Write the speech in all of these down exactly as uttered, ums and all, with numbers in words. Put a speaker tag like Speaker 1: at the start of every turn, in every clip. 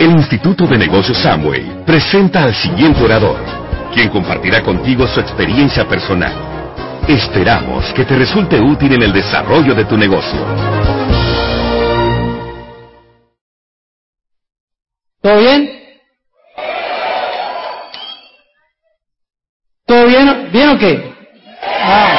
Speaker 1: El Instituto de Negocios Samway presenta al siguiente orador, quien compartirá contigo su experiencia personal. Esperamos que te resulte útil en el desarrollo de tu negocio.
Speaker 2: ¿Todo bien? ¿Todo bien? ¿Bien o qué? Ah.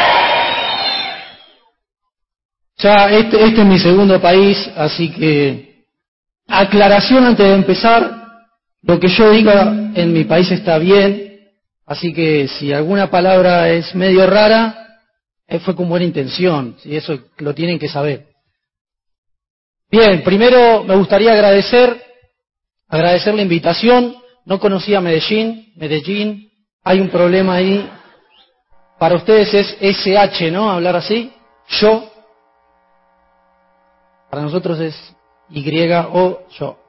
Speaker 2: Ya, este, este es mi segundo país, así que, aclaración antes de empezar, lo que yo diga en mi país está bien, así que si alguna palabra es medio rara, eh, fue con buena intención, ¿sí? Eso lo tienen que saber. Bien, primero me gustaría agradecer, agradecer la invitación. No conocía Medellín, Medellín, hay un problema ahí. Para ustedes es ese hache, ¿no? Hablar así, yo. Para nosotros es Y o yo.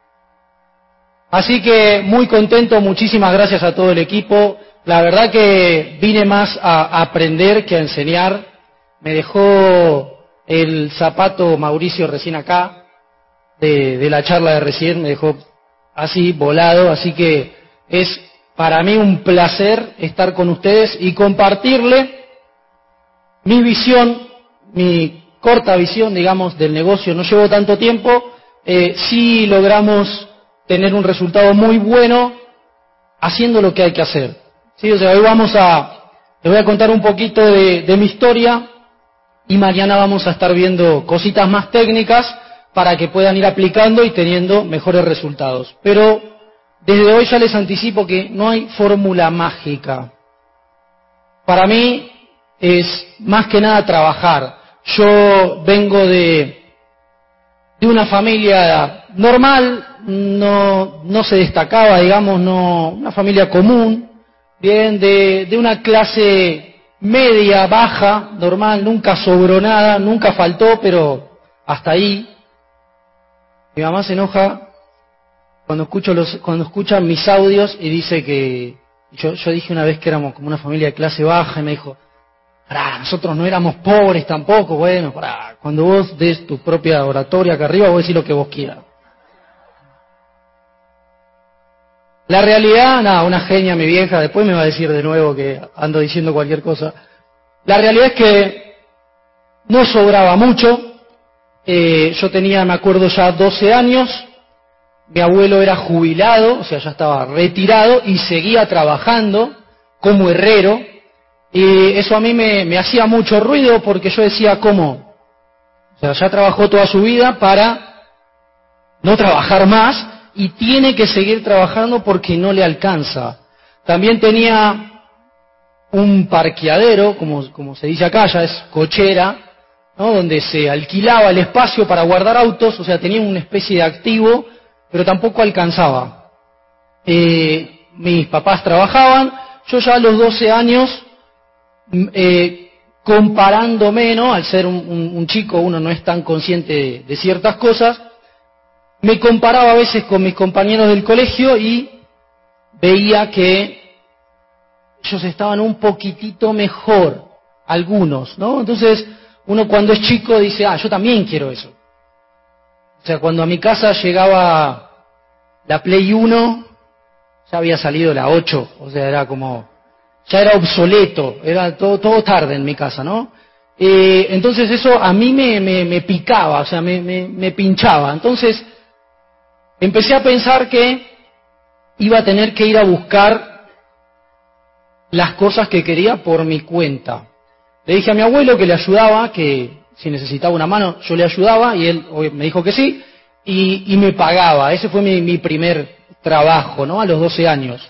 Speaker 2: Así que muy contento, muchísimas gracias a todo el equipo. La verdad que vine más a aprender que a enseñar. Me dejó el zapato Mauricio recién acá, de, de la charla de recién, me dejó así volado. Así que es para mí un placer estar con ustedes y compartirle mi visión, mi corta visión, digamos, del negocio. No llevo tanto tiempo, eh, sí logramos tener un resultado muy bueno haciendo lo que hay que hacer. Sí, o sea, hoy vamos a, les voy a contar un poquito de, de mi historia y mañana vamos a estar viendo cositas más técnicas para que puedan ir aplicando y teniendo mejores resultados. Pero desde hoy ya les anticipo que no hay fórmula mágica. Para mí es más que nada trabajar. Yo vengo de, de una familia normal, no, no se destacaba, digamos, no, una familia común, bien, de, de una clase media, baja, normal, nunca sobró nada, nunca faltó, pero hasta ahí. Mi mamá se enoja cuando escucho los, cuando escuchan mis audios y dice que, yo, yo dije una vez que éramos como una familia de clase baja y me dijo, pará, nosotros no éramos pobres tampoco. Bueno, pará, cuando vos des tu propia oratoria acá arriba, vos decís lo que vos quieras. La realidad, nada, una genia mi vieja, después me va a decir de nuevo que ando diciendo cualquier cosa. La realidad es que no sobraba mucho. Eh, yo tenía, me acuerdo, ya doce años. Mi abuelo era jubilado, o sea, ya estaba retirado y seguía trabajando como herrero. Y eso a mí me, me hacía mucho ruido porque yo decía, ¿cómo? O sea, ya trabajó toda su vida para no trabajar más y tiene que seguir trabajando porque no le alcanza. También tenía un parqueadero, como, como se dice acá, ya es cochera, ¿no? Donde se alquilaba el espacio para guardar autos, o sea, tenía una especie de activo, pero tampoco alcanzaba. Eh, mis papás trabajaban, yo ya a los doce años... Eh, comparándome, ¿no? Al ser un, un, un chico, uno no es tan consciente de, de ciertas cosas, me comparaba a veces con mis compañeros del colegio y veía que ellos estaban un poquitito mejor, algunos, ¿no? Entonces, uno cuando es chico dice, ah, yo también quiero eso. O sea, cuando a mi casa llegaba la Play uno, ya había salido la ocho, o sea, era como... ya era obsoleto, era todo, todo tarde en mi casa, ¿no? Eh, entonces eso a mí me, me, me picaba, o sea, me, me, me pinchaba. Entonces empecé a pensar que iba a tener que ir a buscar las cosas que quería por mi cuenta. Le dije a mi abuelo que le ayudaba, que si necesitaba una mano yo le ayudaba, y él me dijo que sí, y, y me pagaba. Ese fue mi, mi primer trabajo, ¿no? A los doce años.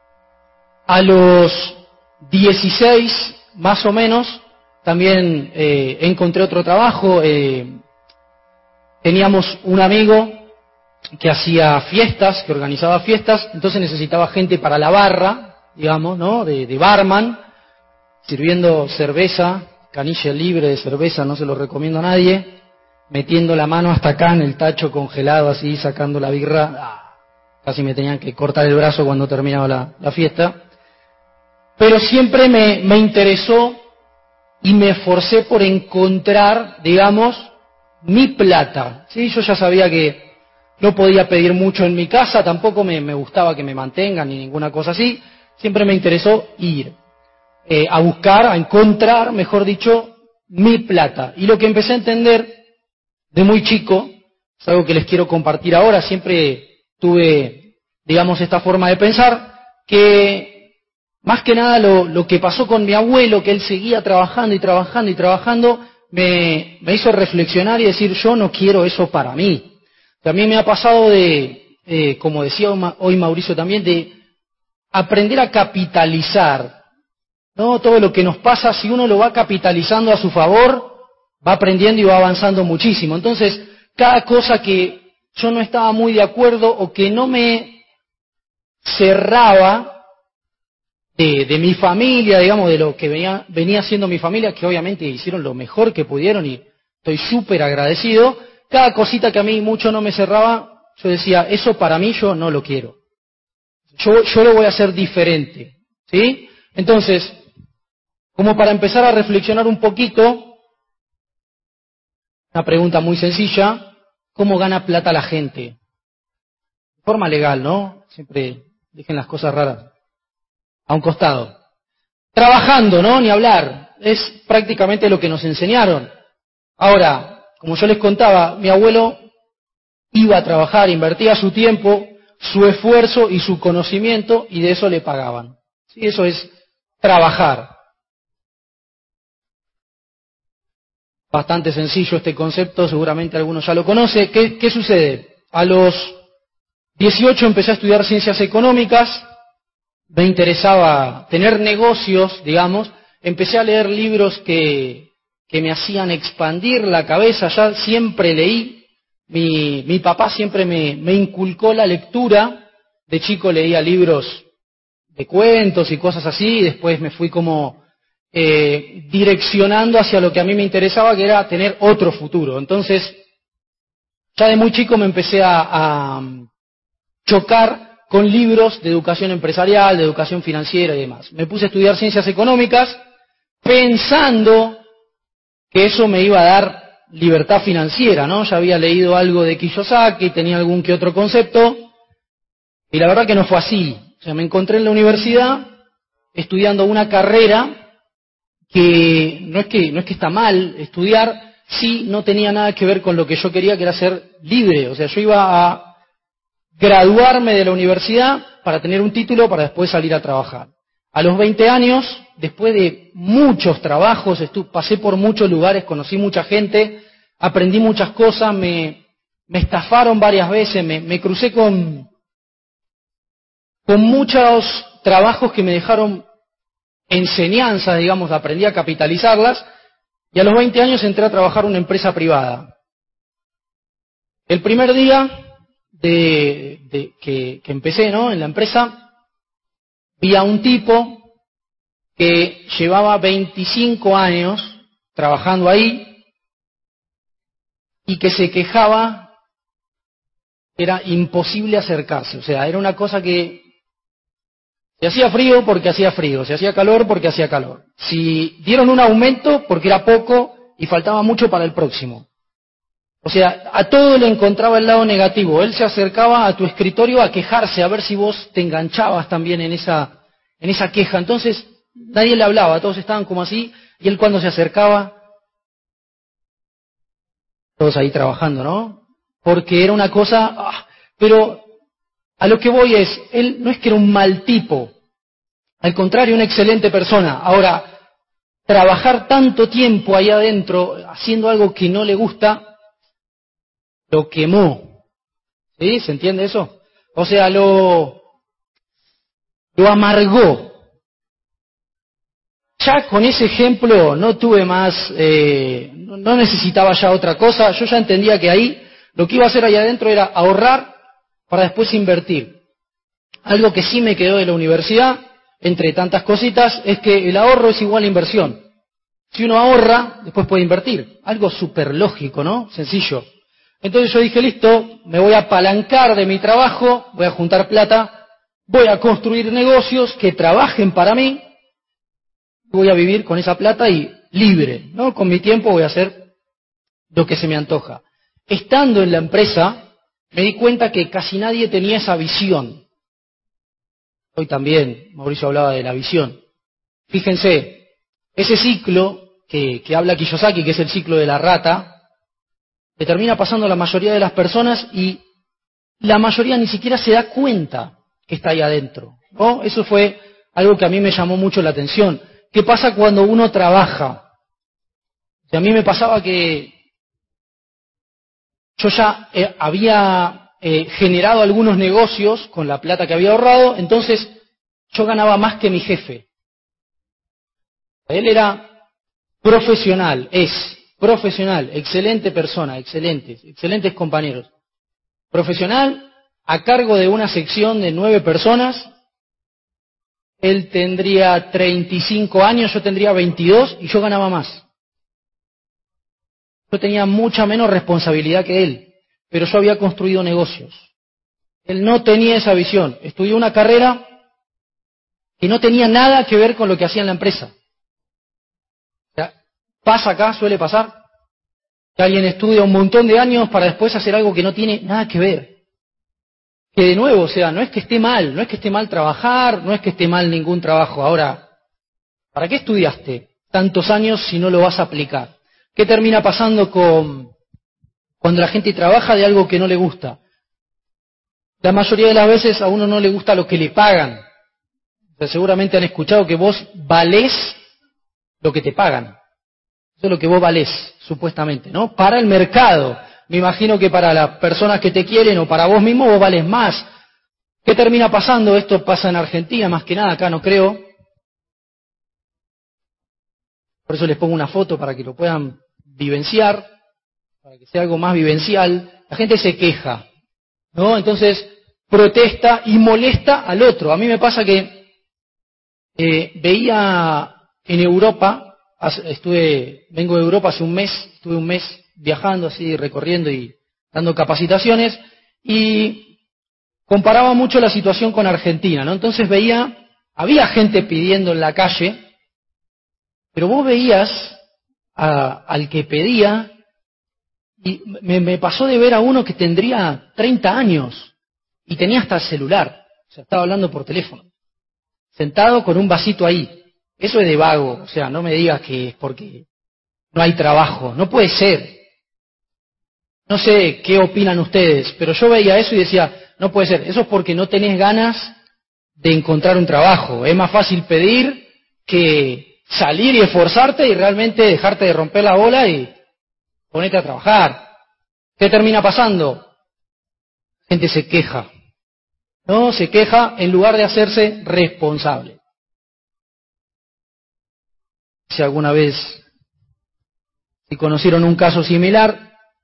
Speaker 2: A los dieciséis, más o menos, también eh, encontré otro trabajo. Eh, teníamos un amigo que hacía fiestas, que organizaba fiestas, entonces necesitaba gente para la barra, digamos, ¿no? De, de barman, sirviendo cerveza, canilla libre de cerveza, no se lo recomiendo a nadie, metiendo la mano hasta acá en el tacho congelado, así, sacando la birra. Ah, casi me tenían que cortar el brazo cuando terminaba la, la fiesta. Pero siempre me, me interesó y me esforcé por encontrar, digamos, mi plata. ¿Sí? Yo ya sabía que no podía pedir mucho en mi casa, tampoco me, me gustaba que me mantengan ni ninguna cosa así. Siempre me interesó ir eh, a buscar, a encontrar, mejor dicho, mi plata. Y lo que empecé a entender de muy chico, es algo que les quiero compartir ahora, siempre tuve, digamos, esta forma de pensar, que más que nada lo, lo que pasó con mi abuelo, que él seguía trabajando y trabajando y trabajando, me, me hizo reflexionar y decir, yo no quiero eso para mí. También me ha pasado de, eh, como decía hoy Mauricio también, de aprender a capitalizar, ¿no? Todo lo que nos pasa, si uno lo va capitalizando a su favor, va aprendiendo y va avanzando muchísimo. Entonces, cada cosa que yo no estaba muy de acuerdo o que no me cerraba de, de mi familia, digamos, de lo que venía, venía siendo mi familia, que obviamente hicieron lo mejor que pudieron y estoy súper agradecido, cada cosita que a mí mucho no me cerraba, yo decía, eso para mí yo no lo quiero. Yo, yo lo voy a hacer diferente, ¿sí? Entonces, como para empezar a reflexionar un poquito, una pregunta muy sencilla, ¿cómo gana plata la gente? De forma legal, ¿no? Siempre dejen las cosas raras a un costado. Trabajando, ¿no? Ni hablar. Es prácticamente lo que nos enseñaron. Ahora, como yo les contaba, mi abuelo iba a trabajar, invertía su tiempo, su esfuerzo y su conocimiento y de eso le pagaban. Sí, eso es trabajar. Bastante sencillo este concepto, seguramente algunos ya lo conocen. ¿Qué, qué sucede? A los dieciocho empecé a estudiar ciencias económicas, me interesaba tener negocios, digamos, empecé a leer libros que, que me hacían expandir la cabeza, ya siempre leí, mi, mi papá siempre me, me inculcó la lectura, de chico leía libros de cuentos y cosas así, y después me fui como eh, direccionando hacia lo que a mí me interesaba, que era tener otro futuro. Entonces, ya de muy chico me empecé a, a chocar con libros de educación empresarial, de educación financiera y demás. Me puse a estudiar ciencias económicas pensando que eso me iba a dar libertad financiera, ¿no? Ya había leído algo de Kiyosaki, tenía algún que otro concepto, y la verdad que no fue así. O sea, me encontré en la universidad estudiando una carrera que no es que, no es que está mal estudiar, sí no tenía nada que ver con lo que yo quería, que era ser libre. O sea, yo iba a graduarme de la universidad para tener un título para después salir a trabajar. A los veinte años, después de muchos trabajos, estuve, pasé por muchos lugares, conocí mucha gente, aprendí muchas cosas, me, me estafaron varias veces, me, me crucé con, con muchos trabajos que me dejaron enseñanzas, digamos, aprendí a capitalizarlas, y a los veinte años entré a trabajar en una empresa privada. El primer día de, de que, que empecé, ¿no?, en la empresa, vi a un tipo que llevaba veinticinco años trabajando ahí y que se quejaba, era imposible acercarse, o sea, era una cosa que se hacía frío porque hacía frío, se hacía calor porque hacía calor. Si dieron un aumento porque era poco y faltaba mucho para el próximo. O sea, a todo le encontraba el lado negativo. Él se acercaba a tu escritorio a quejarse, a ver si vos te enganchabas también en esa, en esa queja. Entonces, nadie le hablaba, todos estaban como así, y él cuando se acercaba, todos ahí trabajando, ¿no? Porque era una cosa, ah, pero a lo que voy es, él no es que era un mal tipo, al contrario, una excelente persona. Ahora, trabajar tanto tiempo ahí adentro, haciendo algo que no le gusta, lo quemó. ¿Sí? ¿Se entiende eso? O sea, lo, lo amargó. Ya con ese ejemplo no tuve más, eh, no necesitaba ya otra cosa. Yo ya entendía que ahí lo que iba a hacer ahí adentro era ahorrar para después invertir. Algo que sí me quedó de la universidad, entre tantas cositas, es que el ahorro es igual a inversión. Si uno ahorra, después puede invertir. Algo súper lógico, ¿no? Sencillo. Entonces yo dije, listo, me voy a apalancar de mi trabajo, voy a juntar plata, voy a construir negocios que trabajen para mí, voy a vivir con esa plata y libre, ¿no? Con mi tiempo voy a hacer lo que se me antoja. Estando en la empresa, me di cuenta que casi nadie tenía esa visión. Hoy también Mauricio hablaba de la visión. Fíjense, ese ciclo que, que habla Kiyosaki, que es el ciclo de la rata, le termina pasando a la mayoría de las personas y la mayoría ni siquiera se da cuenta que está ahí adentro, ¿no? Eso fue algo que a mí me llamó mucho la atención. ¿Qué pasa cuando uno trabaja? O sea, a mí me pasaba que yo ya eh, había eh, generado algunos negocios con la plata que había ahorrado, entonces yo ganaba más que mi jefe. Él era profesional, es profesional, excelente persona, excelentes, excelentes compañeros. Profesional, a cargo de una sección de nueve personas. Él tendría treinta y cinco años, yo tendría veintidós y yo ganaba más. Yo tenía mucha menos responsabilidad que él, pero yo había construido negocios. Él no tenía esa visión. Estudió una carrera que no tenía nada que ver con lo que hacía en la empresa. O sea, pasa acá, suele pasar, que alguien estudia un montón de años para después hacer algo que no tiene nada que ver. Que de nuevo, o sea, no es que esté mal, no es que esté mal trabajar, no es que esté mal ningún trabajo. Ahora, ¿para qué estudiaste tantos años si no lo vas a aplicar? ¿Qué termina pasando con cuando la gente trabaja de algo que no le gusta? La mayoría de las veces a uno no le gusta lo que le pagan. O sea, seguramente han escuchado que vos valés lo que te pagan. Eso es lo que vos valés, supuestamente, ¿no? Para el mercado. Me imagino que para las personas que te quieren o para vos mismo vos vales más. ¿Qué termina pasando? Esto pasa en Argentina, más que nada, acá no creo. Por eso les pongo una foto para que lo puedan vivenciar, para que sea algo más vivencial. La gente se queja, ¿no? Entonces protesta y molesta al otro. A mí me pasa que eh, veía en Europa, estuve, vengo de Europa hace un mes, estuve un mes viajando así, recorriendo y dando capacitaciones, y comparaba mucho la situación con Argentina, ¿no? Entonces veía, había gente pidiendo en la calle, pero vos veías a, al que pedía, y me, me pasó de ver a uno que tendría treinta años, y tenía hasta el celular, o sea, estaba hablando por teléfono, sentado con un vasito ahí. Eso es de vago, o sea, no me digas que es porque no hay trabajo, no puede ser. No sé qué opinan ustedes, pero yo veía eso y decía, no puede ser, eso es porque no tenés ganas de encontrar un trabajo. Es más fácil pedir que salir y esforzarte y realmente dejarte de romper la bola y ponerte a trabajar. ¿Qué termina pasando? Gente se queja, ¿no? Se queja en lugar de hacerse responsable. Si alguna vez, si conocieron un caso similar,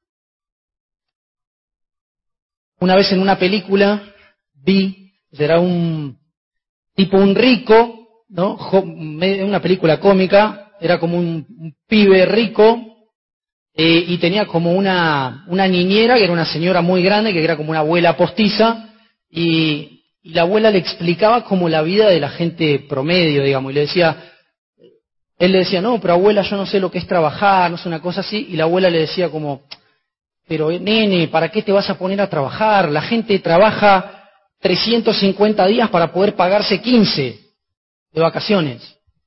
Speaker 2: una vez en una película vi, era un tipo, un rico, ¿no? Una película cómica, era como un, un pibe rico, eh, y tenía como una, una niñera, que era una señora muy grande, que era como una abuela postiza, y, y la abuela le explicaba como la vida de la gente promedio, digamos, y le decía, él le decía, no, pero abuela, yo no sé lo que es trabajar, no sé, una cosa así, y la abuela le decía como, pero nene, ¿para qué te vas a poner a trabajar? La gente trabaja trescientos cincuenta días para poder pagarse quince de vacaciones.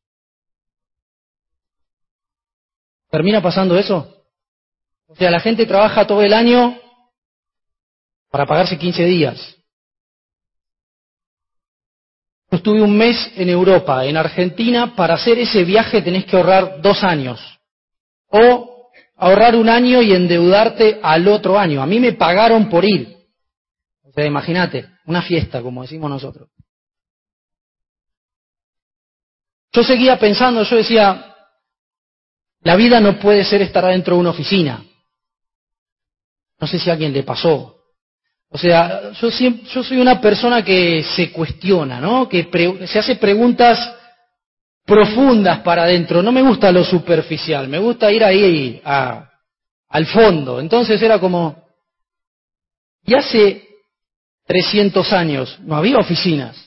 Speaker 2: ¿Termina pasando eso? O sea, la gente trabaja todo el año para pagarse quince días. Yo estuve un mes en Europa, en Argentina, para hacer ese viaje tenés que ahorrar dos años. O ahorrar un año y endeudarte al otro año. A mí me pagaron por ir. O sea, imagínate, una fiesta, como decimos nosotros. Yo seguía pensando, yo decía, la vida no puede ser estar adentro de una oficina. No sé si a alguien le pasó. O sea, yo, siempre, yo soy una persona que se cuestiona, ¿no? Que pre, se hace preguntas profundas para adentro. No me gusta lo superficial, me gusta ir ahí a, al fondo. Entonces era como, y hace trescientos años no había oficinas.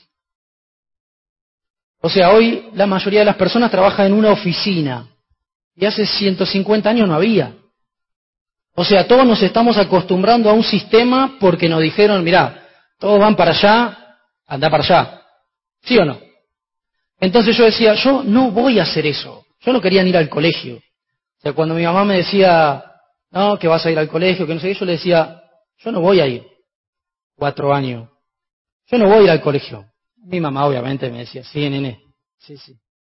Speaker 2: O sea, hoy la mayoría de las personas trabajan en una oficina, y hace ciento cincuenta años no había. O sea, todos nos estamos acostumbrando a un sistema porque nos dijeron, mirá, todos van para allá, anda para allá. ¿Sí o no? Entonces yo decía, yo no voy a hacer eso. Yo no quería ir al colegio. O sea, cuando mi mamá me decía, no, que vas a ir al colegio, que no sé qué, yo le decía, yo no voy a ir. Cuatro años. Yo no voy a ir al colegio. Mi mamá obviamente me decía, sí, nene, sí, sí.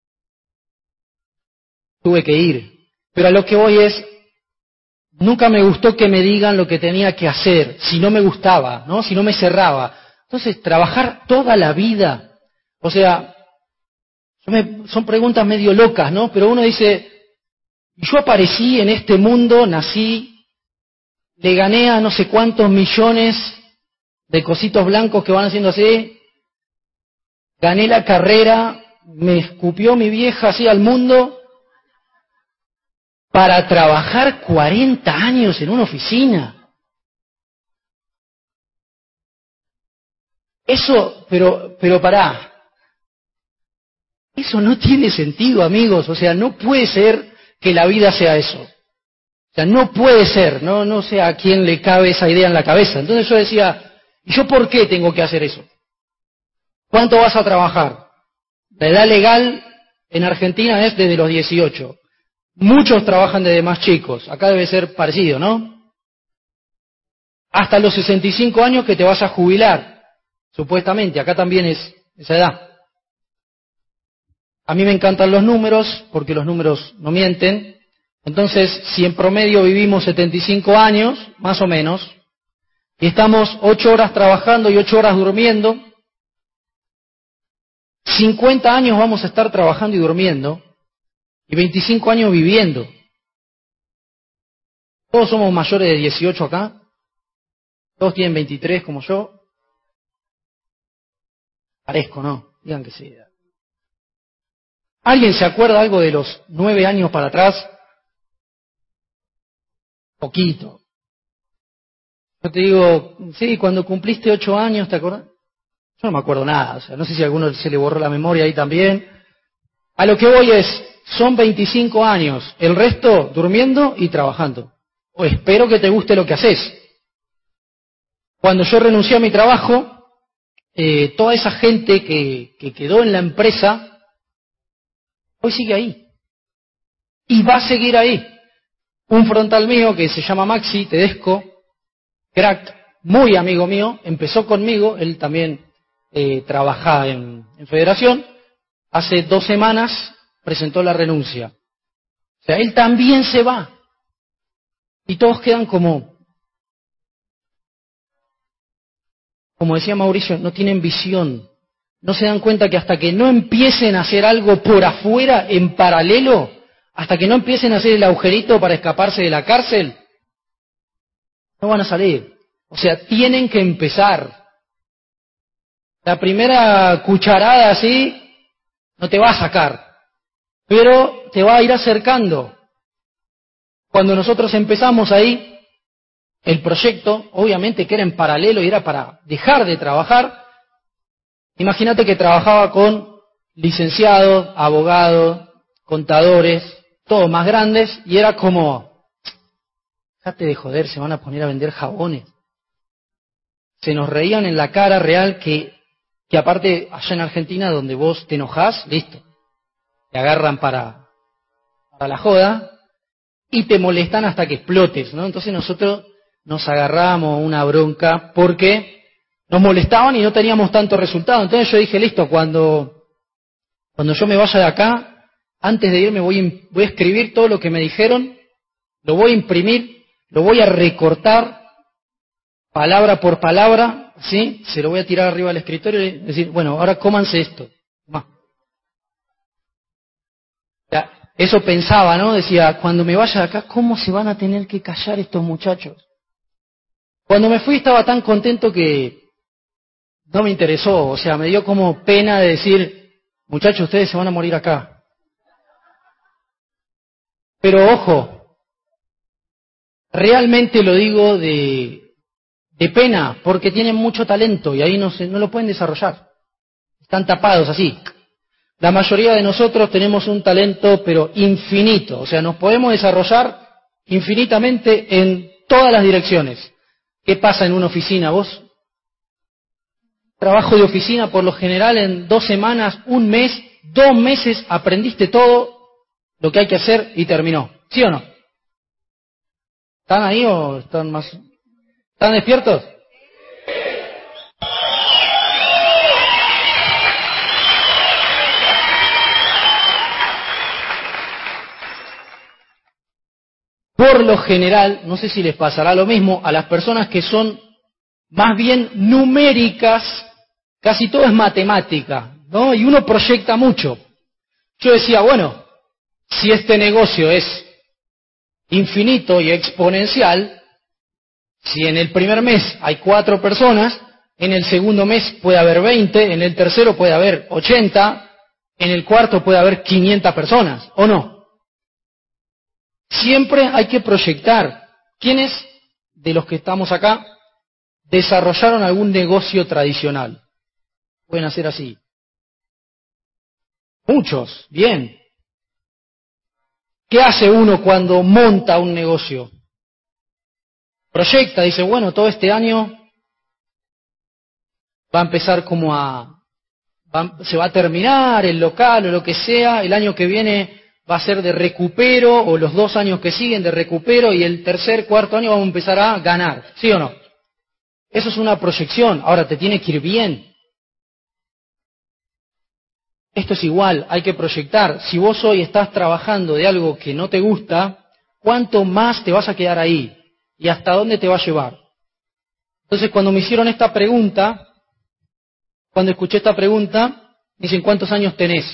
Speaker 2: Tuve que ir. Pero a lo que voy es, nunca me gustó que me digan lo que tenía que hacer, si no me gustaba, ¿no? Si no me cerraba. Entonces, trabajar toda la vida, o sea, yo me, son preguntas medio locas, ¿no? Pero uno dice, yo aparecí en este mundo, nací, le gané a no sé cuántos millones de cositos blancos que van haciendo así, gané la carrera, me escupió mi vieja así al mundo, para trabajar cuarenta años en una oficina. Eso, pero, pero pará. Eso no tiene sentido, amigos. O sea, no puede ser que la vida sea eso. O sea, no puede ser. No, no sé a quién le cabe esa idea en la cabeza. Entonces yo decía, ¿y yo por qué tengo que hacer eso? ¿Cuánto vas a trabajar? La edad legal en Argentina es desde los dieciocho. Muchos trabajan desde más chicos. Acá debe ser parecido, ¿no? Hasta los sesenta y cinco años que te vas a jubilar, supuestamente. Acá también es esa edad. A mí me encantan los números, porque los números no mienten. Entonces, si en promedio vivimos setenta y cinco años, más o menos, y estamos ocho horas trabajando y ocho horas durmiendo, cincuenta años vamos a estar trabajando y durmiendo, y veinticinco años viviendo. Todos somos mayores de dieciocho acá. Todos tienen veintitrés como yo. Parezco, ¿no? Digan que sí. ¿Alguien se acuerda algo de los nueve años para atrás? Poquito. Yo te digo, sí, cuando cumpliste ocho años, ¿te acuerdas? Yo no me acuerdo nada. O sea, no sé si a alguno se le borró la memoria ahí también. A lo que voy es, son veinticinco años, el resto durmiendo y trabajando. O espero que te guste lo que haces. Cuando yo renuncié a mi trabajo, eh, toda esa gente que, que quedó en la empresa, hoy sigue ahí. Y va a seguir ahí. Un frontal mío que se llama Maxi Tedesco, crack, muy amigo mío, empezó conmigo, él también eh, trabaja en, en Federación, hace dos semanas presentó la renuncia. O sea, él también se va. Y todos quedan como, como decía Mauricio, no tienen visión. No se dan cuenta que hasta que no empiecen a hacer algo por afuera, en paralelo, hasta que no empiecen a hacer el agujerito para escaparse de la cárcel, no van a salir. O sea, tienen que empezar. La primera cucharada así no te va a sacar, pero te va a ir acercando. Cuando nosotros empezamos ahí, el proyecto, obviamente que era en paralelo y era para dejar de trabajar. Imagínate que trabajaba con licenciados, abogados, contadores, todos más grandes, y era como, déjate de joder, se van a poner a vender jabones. Se nos reían en la cara real que, que aparte allá en Argentina donde vos te enojás, listo, te agarran para, para la joda y te molestan hasta que explotes, ¿no? Entonces nosotros nos agarrábamos una bronca porque nos molestaban y no teníamos tanto resultado. Entonces yo dije, listo, cuando, cuando yo me vaya de acá, antes de irme voy a, voy a escribir todo lo que me dijeron, lo voy a imprimir, lo voy a recortar palabra por palabra, ¿sí? Se lo voy a tirar arriba del escritorio y decir, bueno, ahora cómanse esto. Ya, eso pensaba, ¿no? Decía, cuando me vaya de acá, ¿cómo se van a tener que callar estos muchachos? Cuando me fui estaba tan contento que no me interesó, o sea, me dio como pena de decir, muchachos, ustedes se van a morir acá. Pero ojo, realmente lo digo de, de pena, porque tienen mucho talento y ahí no, se, no lo pueden desarrollar. Están tapados así. La mayoría de nosotros tenemos un talento, pero infinito. O sea, nos podemos desarrollar infinitamente en todas las direcciones. ¿Qué pasa en una oficina? Vos, trabajo de oficina, por lo general en dos semanas, un mes, dos meses, aprendiste todo lo que hay que hacer y terminó. ¿Sí o no? ¿Están ahí o están más? ¿Están despiertos? Por lo general, no sé si les pasará lo mismo, a las personas que son más bien numéricas, casi todo es matemática, ¿no? Y uno proyecta mucho. Yo decía, bueno, si este negocio es infinito y exponencial, si en el primer mes hay cuatro personas, en el segundo mes puede haber veinte, en el tercero puede haber ochenta, en el cuarto puede haber quinientas personas, ¿o no? Siempre hay que proyectar. ¿Quiénes de los que estamos acá desarrollaron algún negocio tradicional? Pueden hacer así. Muchos, bien. ¿Qué hace uno cuando monta un negocio? Proyecta, dice, bueno, todo este año va a empezar como a... Va, se va a terminar el local o lo que sea, el año que viene va a ser de recupero, o los dos años que siguen de recupero, y el tercer, cuarto año vamos a empezar a ganar, ¿sí o no? Eso es una proyección. Ahora, te tiene que ir bien. Esto es igual, hay que proyectar. Si vos hoy estás trabajando de algo que no te gusta, ¿cuánto más te vas a quedar ahí? ¿Y hasta dónde te va a llevar? Entonces, cuando me hicieron esta pregunta, cuando escuché esta pregunta, dicen, ¿cuántos años tenés?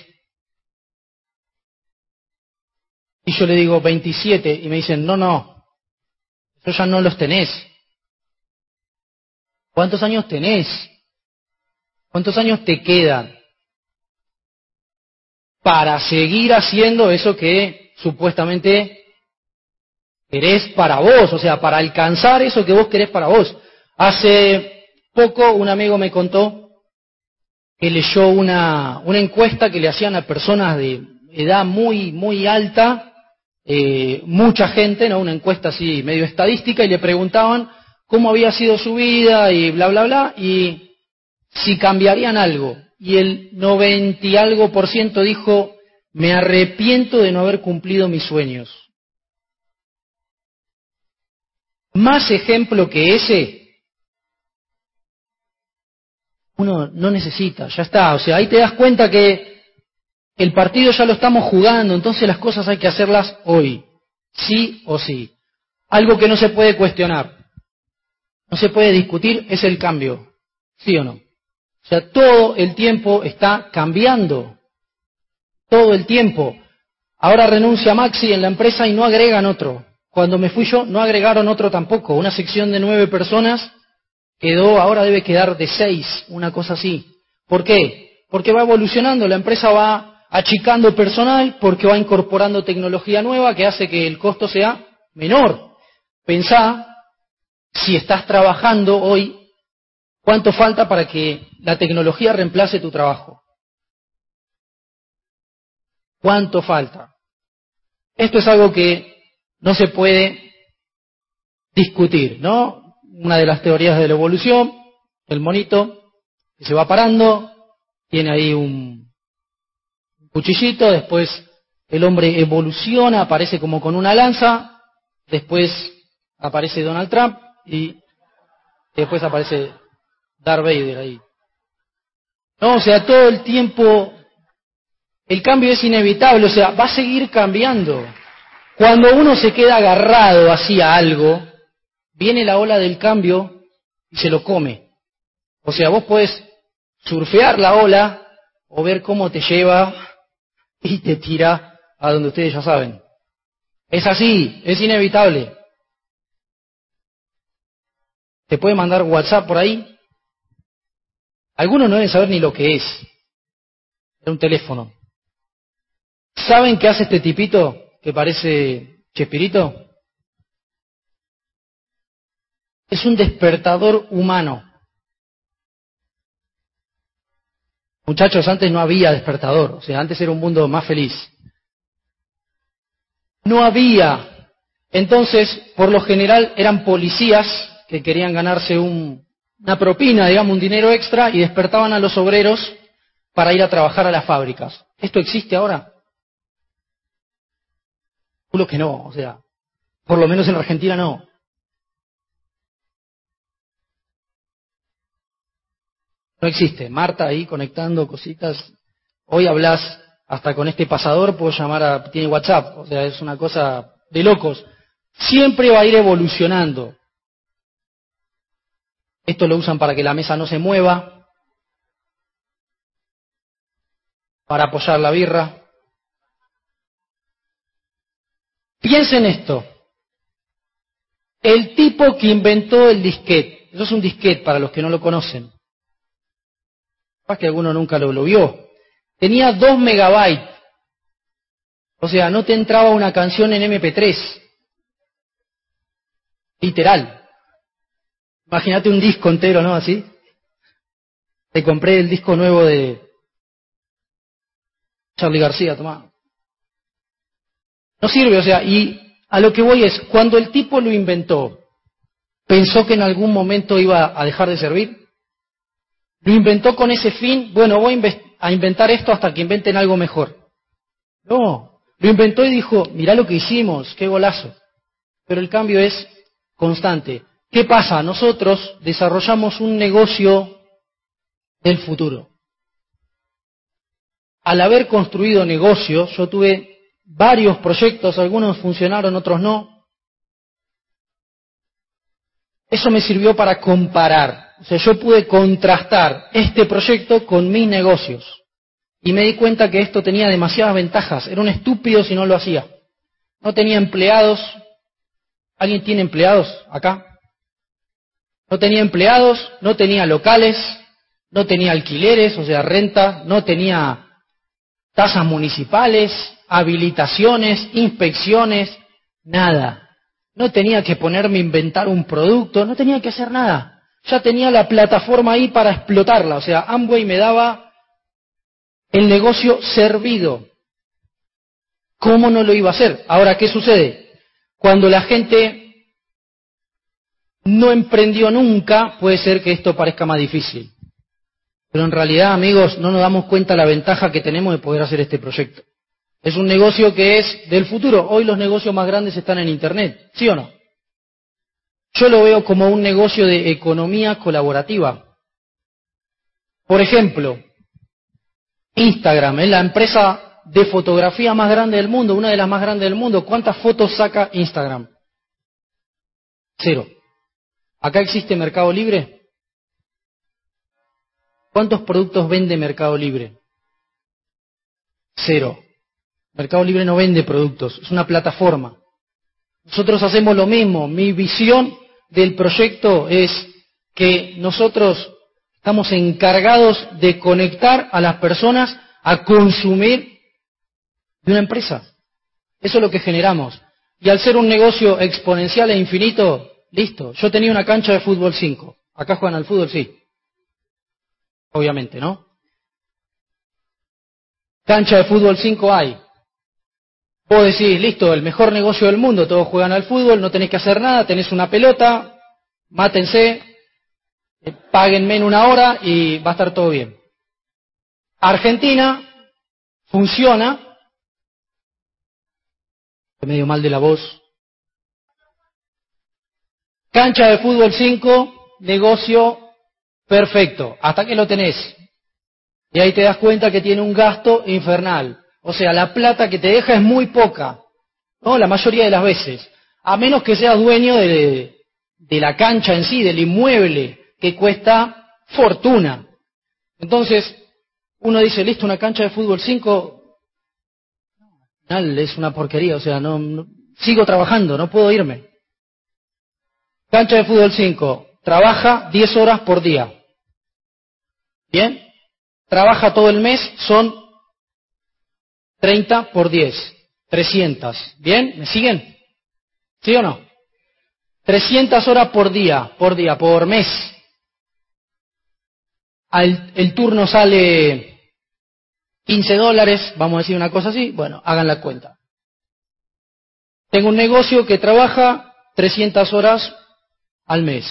Speaker 2: Y yo le digo, veintisiete, y me dicen, no, no, eso ya no los tenés. ¿Cuántos años tenés? ¿Cuántos años te quedan para seguir haciendo eso que supuestamente querés para vos? O sea, para alcanzar eso que vos querés para vos. Hace poco un amigo me contó que leyó una, una encuesta que le hacían a personas de edad muy, muy alta, eh, mucha gente, ¿no? Una encuesta así medio estadística, y le preguntaban cómo había sido su vida y bla, bla, bla, y si cambiarían algo. Y el noventa y algo por ciento dijo, me arrepiento de no haber cumplido mis sueños. Más ejemplo que ese, uno no necesita, ya está. O sea, ahí te das cuenta que el partido ya lo estamos jugando, entonces las cosas hay que hacerlas hoy, sí o sí. Algo que no se puede cuestionar, no se puede discutir, es el cambio, ¿sí o no? O sea, todo el tiempo está cambiando, todo el tiempo. Ahora renuncia Maxi en la empresa y no agregan otro. Cuando me fui yo, no agregaron otro tampoco. Una sección de nueve personas quedó, ahora debe quedar de seis, una cosa así. ¿Por qué? Porque va evolucionando, la empresa va achicando personal, porque va incorporando tecnología nueva que hace que el costo sea menor. Pensá, si estás trabajando hoy, ¿cuánto falta para que la tecnología reemplace tu trabajo? ¿Cuánto falta? Esto es algo que no se puede discutir, ¿no? Una de las teorías de la evolución, el monito que se va parando, tiene ahí un cuchillito, después el hombre evoluciona, aparece como con una lanza, después aparece Donald Trump y después aparece Darth Vader ahí. No, o sea, todo el tiempo el cambio es inevitable, o sea, va a seguir cambiando. Cuando uno se queda agarrado así a algo, viene la ola del cambio y se lo come. O sea, vos podés surfear la ola o ver cómo te lleva y te tira a donde ustedes ya saben. Es así, es inevitable. Te puede mandar WhatsApp por ahí. Algunos no deben saber ni lo que es. Es un teléfono. ¿Saben qué hace este tipito que parece Chespirito? Es un despertador humano. Muchachos, antes no había despertador, o sea, antes era un mundo más feliz. No había Entonces, por lo general, eran policías que querían ganarse un, una propina, digamos, un dinero extra, y despertaban a los obreros para ir a trabajar a las fábricas. ¿Esto existe ahora? Juro que no, o sea, por lo menos en Argentina no. No existe. Marta ahí conectando cositas. Hoy hablas hasta con este pasador, puedo llamar a... tiene WhatsApp, o sea, es una cosa de locos. Siempre va a ir evolucionando. Esto lo usan para que la mesa no se mueva, para apoyar la birra. Piensen esto. El tipo que inventó el disquete, eso es un disquete para los que no lo conocen. Capaz que alguno nunca lo, lo vio. Tenía dos megabytes. O sea, no te entraba una canción en eme pe tres. Literal. Imagínate un disco entero, ¿no? Así. Te compré el disco nuevo de Charly García, tomá. No sirve, o sea, y a lo que voy es, cuando el tipo lo inventó, ¿pensó que en algún momento iba a dejar de servir? ¿Lo inventó con ese fin? Bueno, voy a inventar esto hasta que inventen algo mejor. No, lo inventó y dijo, mirá lo que hicimos, qué golazo. Pero el cambio es constante. ¿Qué pasa? Nosotros desarrollamos un negocio del futuro. Al haber construido negocios, yo tuve varios proyectos, algunos funcionaron, otros no. Eso me sirvió para comparar. O sea, yo pude contrastar este proyecto con mis negocios. Y me di cuenta que esto tenía demasiadas ventajas. Era un estúpido si no lo hacía. No tenía empleados. ¿Alguien tiene empleados acá? No tenía empleados, no tenía locales, no tenía alquileres, o sea, renta, no tenía tasas municipales, habilitaciones, inspecciones, nada. No tenía que ponerme a inventar un producto, no tenía que hacer nada. Ya tenía la plataforma ahí para explotarla. O sea, Amway me daba el negocio servido. ¿Cómo no lo iba a hacer? Ahora, ¿qué sucede? Cuando la gente no emprendió nunca, puede ser que esto parezca más difícil. Pero en realidad, amigos, no nos damos cuenta la ventaja que tenemos de poder hacer este proyecto. Es un negocio que es del futuro. Hoy los negocios más grandes están en Internet, ¿sí o no? Yo lo veo como un negocio de economía colaborativa. Por ejemplo, Instagram es la empresa de fotografía más grande del mundo, una de las más grandes del mundo. ¿Cuántas fotos saca Instagram? Cero. ¿Acá existe Mercado Libre? ¿Cuántos productos vende Mercado Libre? Cero. Mercado Libre no vende productos, es una plataforma. Nosotros hacemos lo mismo. Mi visión del proyecto es que nosotros estamos encargados de conectar a las personas a consumir de una empresa. Eso es lo que generamos. Y al ser un negocio exponencial e infinito, listo. Yo tenía una cancha de fútbol cinco. Acá juegan al fútbol, sí. Obviamente, ¿no? Cancha de fútbol cinco hay. Vos decís, listo, el mejor negocio del mundo, todos juegan al fútbol, no tenés que hacer nada, tenés una pelota, mátense, páguenme en una hora y va a estar todo bien. Argentina funciona, medio mal de la voz. Cancha de fútbol cinco, negocio perfecto, hasta que lo tenés. Y ahí te das cuenta que tiene un gasto infernal. O sea, la plata que te deja es muy poca, ¿no? La mayoría de las veces. A menos que seas dueño de, de la cancha en sí, del inmueble, que cuesta fortuna. Entonces, uno dice, listo, una cancha de fútbol cinco, al final es una porquería, o sea, no, no sigo trabajando, no puedo irme. Cancha de fútbol cinco, trabaja diez horas por día. ¿Bien? Trabaja todo el mes, son treinta por diez, trescientas. ¿Bien? ¿Me siguen? ¿Sí o no? trescientas horas por día, por día, por mes. Al, el turno sale quince dólares, vamos a decir una cosa así, bueno, hagan la cuenta. Tengo un negocio que trabaja trescientas horas al mes.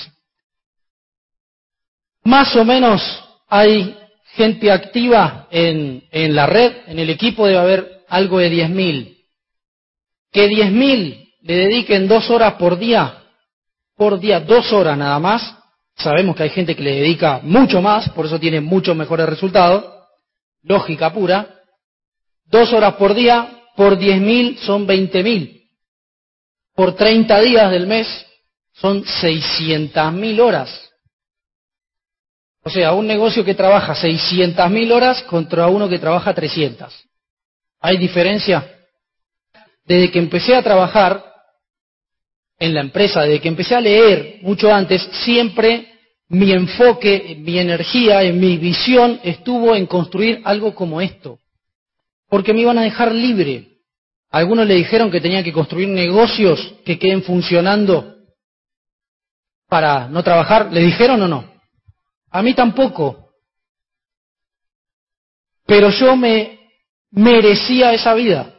Speaker 2: Más o menos hay gente activa en, en la red, en el equipo debe haber algo de diez mil. Que diez mil le dediquen dos horas por día, por día, dos horas nada más. Sabemos que hay gente que le dedica mucho más, por eso tiene muchos mejores resultados. Lógica pura. Dos horas por día, por diez mil son veinte mil. Por treinta días del mes son seiscientas mil horas. O sea, un negocio que trabaja seiscientas mil horas contra uno que trabaja trescientas. ¿Hay diferencia? Desde que empecé a trabajar en la empresa, desde que empecé a leer mucho antes, siempre mi enfoque, mi energía, mi visión estuvo en construir algo como esto. Porque me iban a dejar libre. Algunos le dijeron que tenía que construir negocios que queden funcionando para no trabajar. ¿Le dijeron o no? A mí tampoco. Pero yo me merecía esa vida.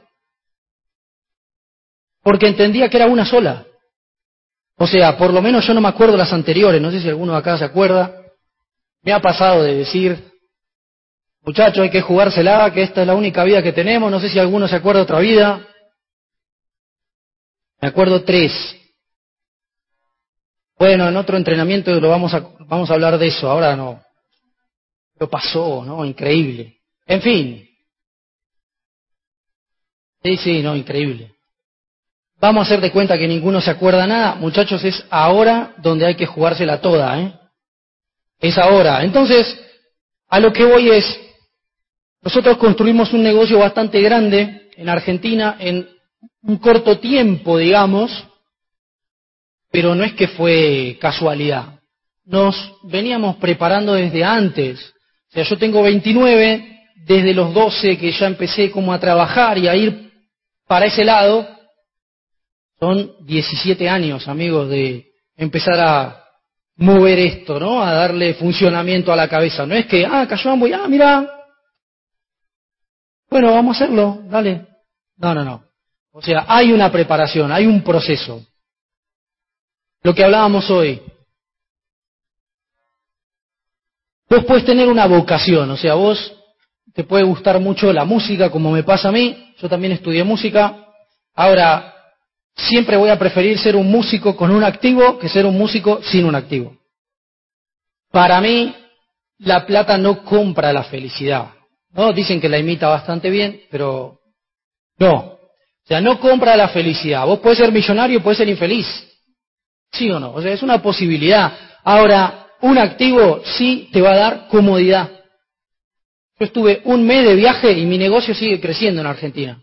Speaker 2: Porque entendía que era una sola. O sea, por lo menos yo no me acuerdo las anteriores. No sé si alguno de acá se acuerda. Me ha pasado de decir, muchachos, hay que jugársela, que esta es la única vida que tenemos. No sé si alguno se acuerda de otra vida. Me acuerdo tres. Bueno, en otro entrenamiento lo vamos a, vamos a hablar de eso. Ahora no. Lo pasó, ¿no? Increíble. En fin. Sí, sí, no, increíble. Vamos a hacer de cuenta que ninguno se acuerda nada. Muchachos, es ahora donde hay que jugársela toda, ¿eh? Es ahora. Entonces, a lo que voy es, nosotros construimos un negocio bastante grande en Argentina en un corto tiempo, digamos, pero no es que fue casualidad. Nos veníamos preparando desde antes. O sea, yo tengo veintinueve, desde los doce que ya empecé como a trabajar y a ir para ese lado, son diecisiete años, amigos, de empezar a mover esto, ¿no? A darle funcionamiento a la cabeza. No es que, ah, cayó Amway, ah, mira, bueno, vamos a hacerlo, dale. No, no, no. O sea, hay una preparación, hay un proceso. Lo que hablábamos hoy. Vos podés tener una vocación, o sea, vos te puede gustar mucho la música, como me pasa a mí. Yo también estudié música. Ahora, siempre voy a preferir ser un músico con un activo que ser un músico sin un activo. Para mí, la plata no compra la felicidad. ¿No? Dicen que la imita bastante bien, pero no. O sea, no compra la felicidad. Vos podés ser millonario, podés ser infeliz. ¿Sí o no? O sea, es una posibilidad. Ahora, un activo sí te va a dar comodidad. Yo estuve un mes de viaje y mi negocio sigue creciendo en Argentina.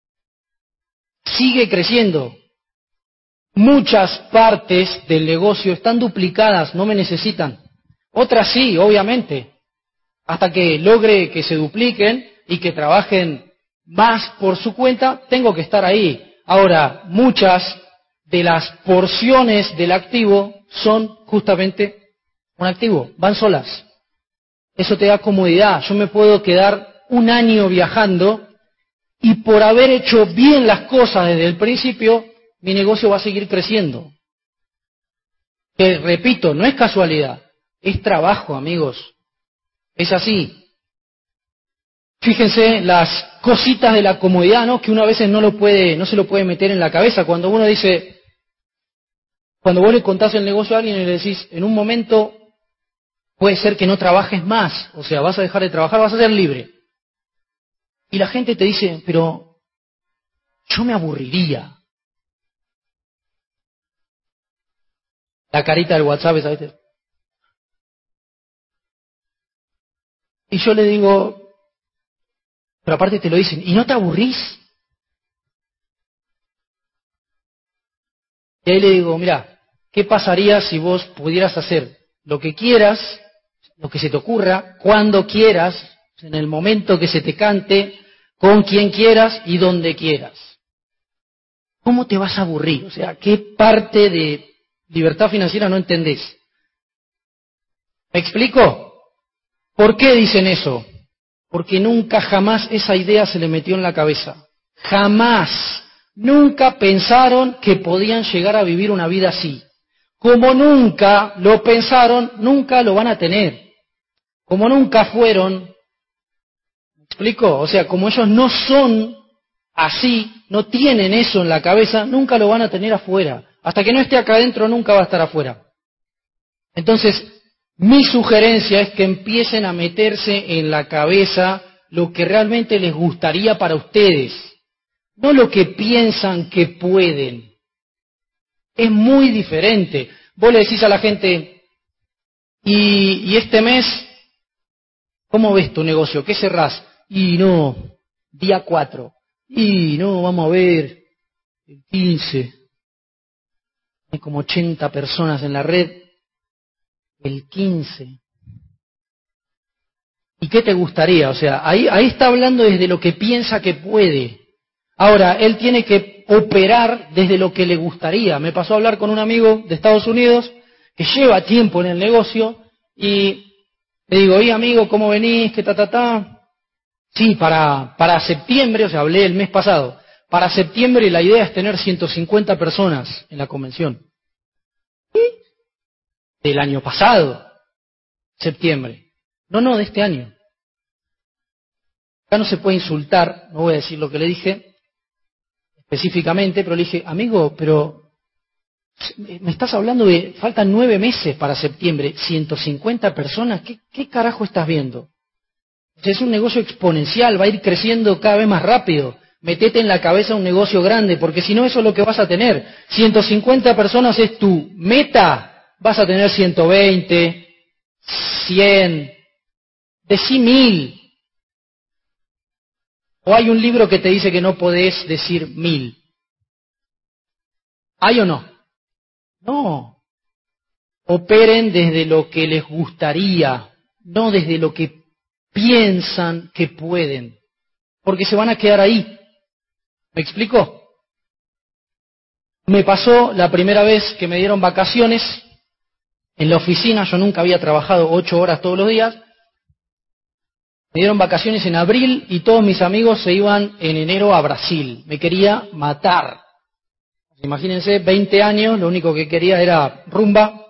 Speaker 2: Sigue creciendo. Muchas partes del negocio están duplicadas, no me necesitan. Otras sí, obviamente. Hasta que logre que se dupliquen y que trabajen más por su cuenta, tengo que estar ahí. Ahora, muchas de las porciones del activo son justamente un activo, van solas. Eso te da comodidad. Yo me puedo quedar un año viajando y por haber hecho bien las cosas desde el principio, mi negocio va a seguir creciendo. Que repito, no es casualidad, es trabajo, amigos. Es así. Fíjense las cositas de la comodidad, ¿no? Que uno a veces no lo puede, no se lo puede meter en la cabeza. Cuando uno dice, cuando vos le contás el negocio a alguien y le decís, en un momento puede ser que no trabajes más, o sea, vas a dejar de trabajar, vas a ser libre. Y la gente te dice, pero yo me aburriría. La carita del WhatsApp, ¿sabes? Y yo le digo, pero aparte te lo dicen, ¿y no te aburrís? Y ahí le digo, mira, ¿qué pasaría si vos pudieras hacer lo que quieras, lo que se te ocurra, cuando quieras, en el momento que se te cante, con quien quieras y donde quieras? ¿Cómo te vas a aburrir? O sea, ¿qué parte de libertad financiera no entendés? ¿Me explico? ¿Por qué dicen eso? Porque nunca jamás esa idea se le metió en la cabeza. Jamás. nunca pensaron que podían llegar a vivir una vida así. Como nunca lo pensaron, nunca lo van a tener. Como nunca fueron, ¿me explico? O sea, como ellos no son así, no tienen eso en la cabeza, nunca lo van a tener afuera. Hasta que no esté acá adentro, nunca va a estar afuera. Entonces, mi sugerencia es que empiecen a meterse en la cabeza lo que realmente les gustaría para ustedes, no lo que piensan que pueden. Es muy diferente. Vos le decís a la gente, y, y este mes, ¿cómo ves tu negocio? ¿Qué cerrás? Y no, día cuatro. Y no, vamos a ver, el quince. Hay como ochenta personas en la red. El quince. ¿Y qué te gustaría? O sea, ahí, ahí está hablando desde lo que piensa que puede. Ahora, él tiene que operar desde lo que le gustaría. Me pasó a hablar con un amigo de Estados Unidos que lleva tiempo en el negocio y le digo, oye amigo, ¿cómo venís? ¿Qué ta, ta, ta? Sí, para, para septiembre, o sea, hablé el mes pasado, para septiembre la idea es tener ciento cincuenta personas en la convención. Del año pasado, septiembre. No, no, de este año. Acá no se puede insultar, no voy a decir lo que le dije específicamente, pero le dije, amigo, pero me estás hablando de, faltan nueve meses para septiembre, ciento cincuenta personas, ¿qué, qué carajo estás viendo? O sea, es un negocio exponencial, va a ir creciendo cada vez más rápido. Metete en la cabeza un negocio grande, porque si no eso es lo que vas a tener. ciento cincuenta personas es tu meta. Vas a tener ciento veinte, cien, decí mil. O hay un libro que te dice que no podés decir mil. ¿Hay o no? No. Operen desde lo que les gustaría, no desde lo que piensan que pueden. Porque se van a quedar ahí. ¿Me explico? Me pasó la primera vez que me dieron vacaciones en la oficina, yo nunca había trabajado ocho horas todos los días, me dieron vacaciones en abril y todos mis amigos se iban en enero a Brasil. Me quería matar. Imagínense, veinte años, lo único que quería era rumba.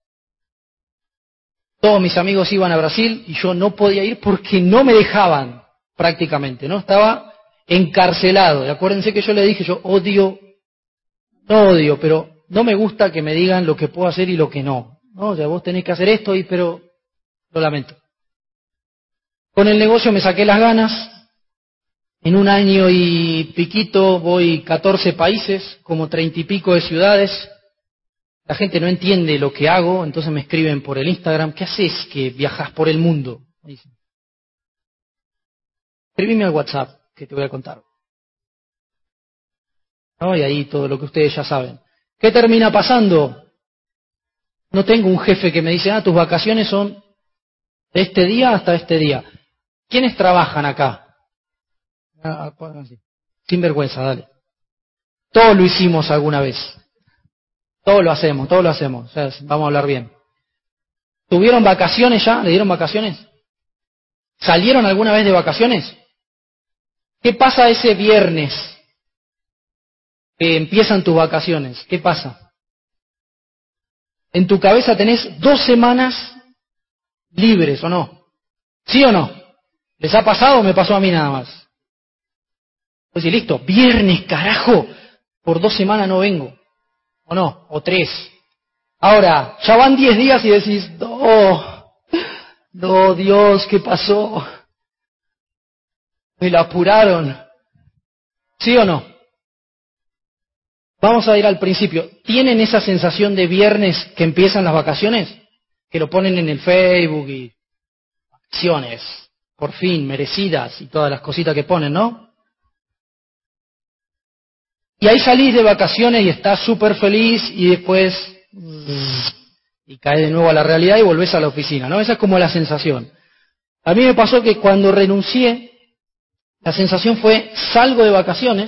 Speaker 2: Todos mis amigos iban a Brasil y yo no podía ir porque no me dejaban prácticamente, ¿no? Estaba encarcelado. Y acuérdense que yo le dije, yo odio, no odio, pero no me gusta que me digan lo que puedo hacer y lo que no. ¿No? O sea, vos tenés que hacer esto, y pero lo lamento. Con el negocio me saqué las ganas. En un año y piquito voy catorce países, como treinta y pico de ciudades. La gente no entiende lo que hago, entonces me escriben por el Instagram, ¿qué haces que viajas por el mundo? Me dicen. Escribime al WhatsApp, que te voy a contar. ¿No? Y ahí todo lo que ustedes ya saben. ¿Qué termina pasando? No tengo un jefe que me dice, ah, tus vacaciones son de este día hasta este día. ¿Quiénes trabajan acá? Ah, sin vergüenza, dale. Todos lo hicimos alguna vez. Todos lo hacemos, todos lo hacemos. O sea, vamos a hablar bien. ¿Tuvieron vacaciones ya? ¿Le dieron vacaciones? ¿Salieron alguna vez de vacaciones? ¿Qué pasa ese viernes que empiezan tus vacaciones? ¿Qué pasa? En tu cabeza tenés dos semanas libres, ¿o no? ¿Sí o no? ¿Les ha pasado o me pasó a mí nada más? Pues sí, listo, viernes, carajo, por dos semanas no vengo. ¿O no? O tres. Ahora, ya van diez días y decís, no, no, Dios, ¿qué pasó? Me la apuraron. ¿Sí o no? Vamos a ir al principio. ¿Tienen esa sensación de viernes que empiezan las vacaciones? Que lo ponen en el Facebook y vacaciones, por fin, merecidas y todas las cositas que ponen, ¿no? Y ahí salís de vacaciones y estás súper feliz y después y caes de nuevo a la realidad y volvés a la oficina, ¿no? Esa es como la sensación. A mí me pasó que cuando renuncié, la sensación fue, salgo de vacaciones,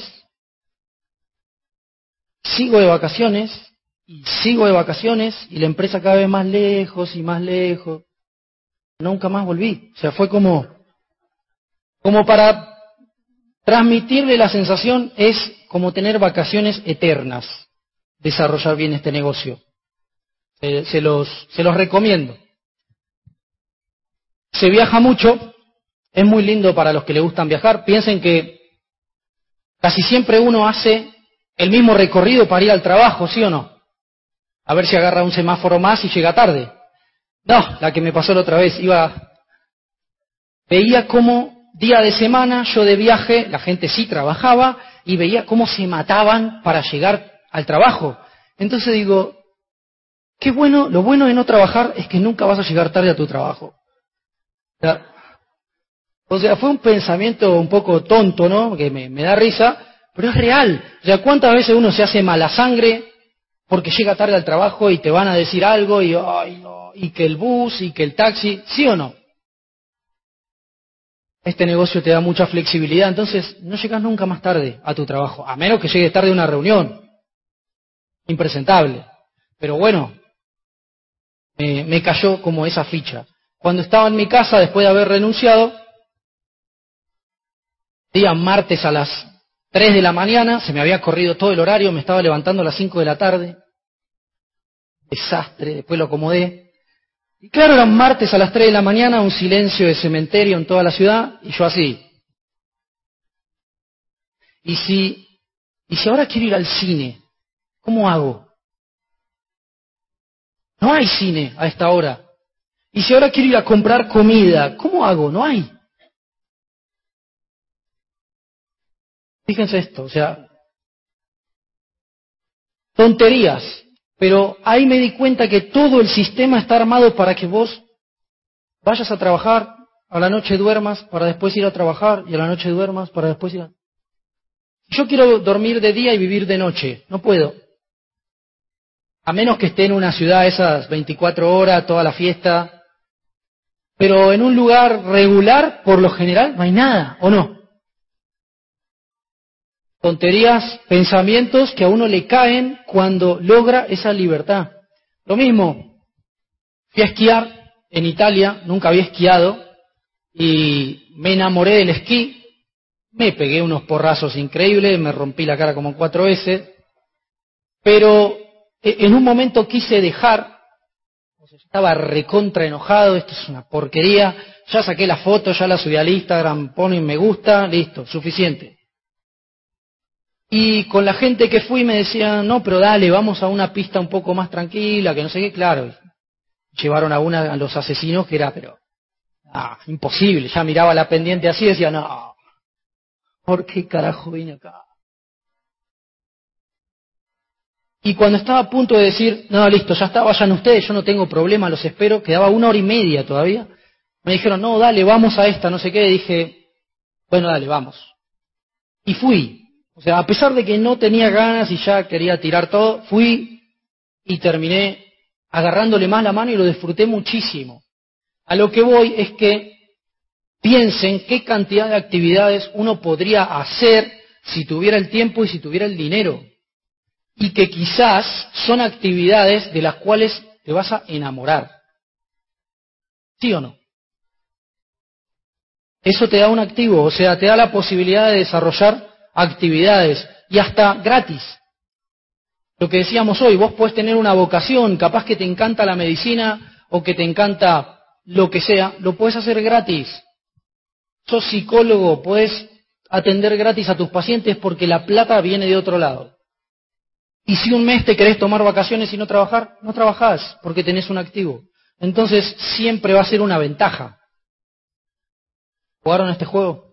Speaker 2: sigo de vacaciones, y sigo de vacaciones, y la empresa cada vez más lejos y más lejos. Nunca más volví. O sea, fue como, como para transmitirle la sensación, es como tener vacaciones eternas, desarrollar bien este negocio. Se, se, los, se los recomiendo. Se viaja mucho, es muy lindo para los que le gustan viajar. Piensen que casi siempre uno hace el mismo recorrido para ir al trabajo, ¿sí o no? A ver si agarra un semáforo más y llega tarde. No, la que me pasó la otra vez, iba, veía cómo día de semana yo de viaje, la gente sí trabajaba, y veía cómo se mataban para llegar al trabajo. Entonces digo, qué bueno, lo bueno de no trabajar es que nunca vas a llegar tarde a tu trabajo. O sea, o sea fue un pensamiento un poco tonto, ¿no? Que me, me da risa, pero es real. O sea, ¿cuántas veces uno se hace mala sangre porque llega tarde al trabajo y te van a decir algo y, ay, no, y que el bus y que el taxi, ¿sí o no? Este negocio te da mucha flexibilidad, entonces no llegas nunca más tarde a tu trabajo, a menos que llegues tarde a una reunión. Impresentable. Pero bueno, me, me cayó como esa ficha. Cuando estaba en mi casa, después de haber renunciado, día martes a las tres de la mañana, se me había corrido todo el horario, me estaba levantando a las cinco de la tarde. Desastre, después lo acomodé. Y claro, eran martes a las tres de la mañana, un silencio de cementerio en toda la ciudad, y yo así. ¿Y si, y si ahora quiero ir al cine? ¿Cómo hago? No hay cine a esta hora. ¿Y si ahora quiero ir a comprar comida? ¿Cómo hago? No hay. Fíjense esto, o sea, tonterías, pero ahí me di cuenta que todo el sistema está armado para que vos vayas a trabajar, a la noche duermas, para después ir a trabajar, y a la noche duermas, para después ir a... Yo quiero dormir de día y vivir de noche, no puedo. A menos que esté en una ciudad esas veinticuatro horas, toda la fiesta, pero en un lugar regular, por lo general, no hay nada, ¿o no? Tonterías, pensamientos que a uno le caen cuando logra esa libertad. Lo mismo, fui a esquiar en Italia, nunca había esquiado, y me enamoré del esquí, me pegué unos porrazos increíbles, me rompí la cara como cuatro veces, pero en un momento quise dejar, estaba recontra enojado, esto es una porquería, ya saqué la foto, ya la subí al Instagram, pone me gusta, listo, suficiente. Y con la gente que fui me decían, no, pero dale, vamos a una pista un poco más tranquila, que no sé qué, claro. Llevaron a una a los asesinos que era, pero, ah, imposible. Ya miraba la pendiente así y decía, no, ¿por qué carajo vine acá? Y cuando estaba a punto de decir, no, listo, ya está, vayan ustedes, yo no tengo problema, los espero, quedaba una hora y media todavía, me dijeron, no, dale, vamos a esta, no sé qué, y dije, bueno, dale, vamos. Y fui. O sea, a pesar de que no tenía ganas y ya quería tirar todo, fui y terminé agarrándole más la mano y lo disfruté muchísimo. A lo que voy es que piensen qué cantidad de actividades uno podría hacer si tuviera el tiempo y si tuviera el dinero. Y que quizás son actividades de las cuales te vas a enamorar. ¿Sí o no? Eso te da un activo, o sea, te da la posibilidad de desarrollar actividades, y hasta gratis. Lo que decíamos hoy, vos podés tener una vocación, capaz que te encanta la medicina, o que te encanta lo que sea, lo podés hacer gratis. Sos psicólogo, podés atender gratis a tus pacientes porque la plata viene de otro lado. Y si un mes te querés tomar vacaciones y no trabajar, no trabajás porque tenés un activo. Entonces siempre va a ser una ventaja. ¿Jugaron este juego?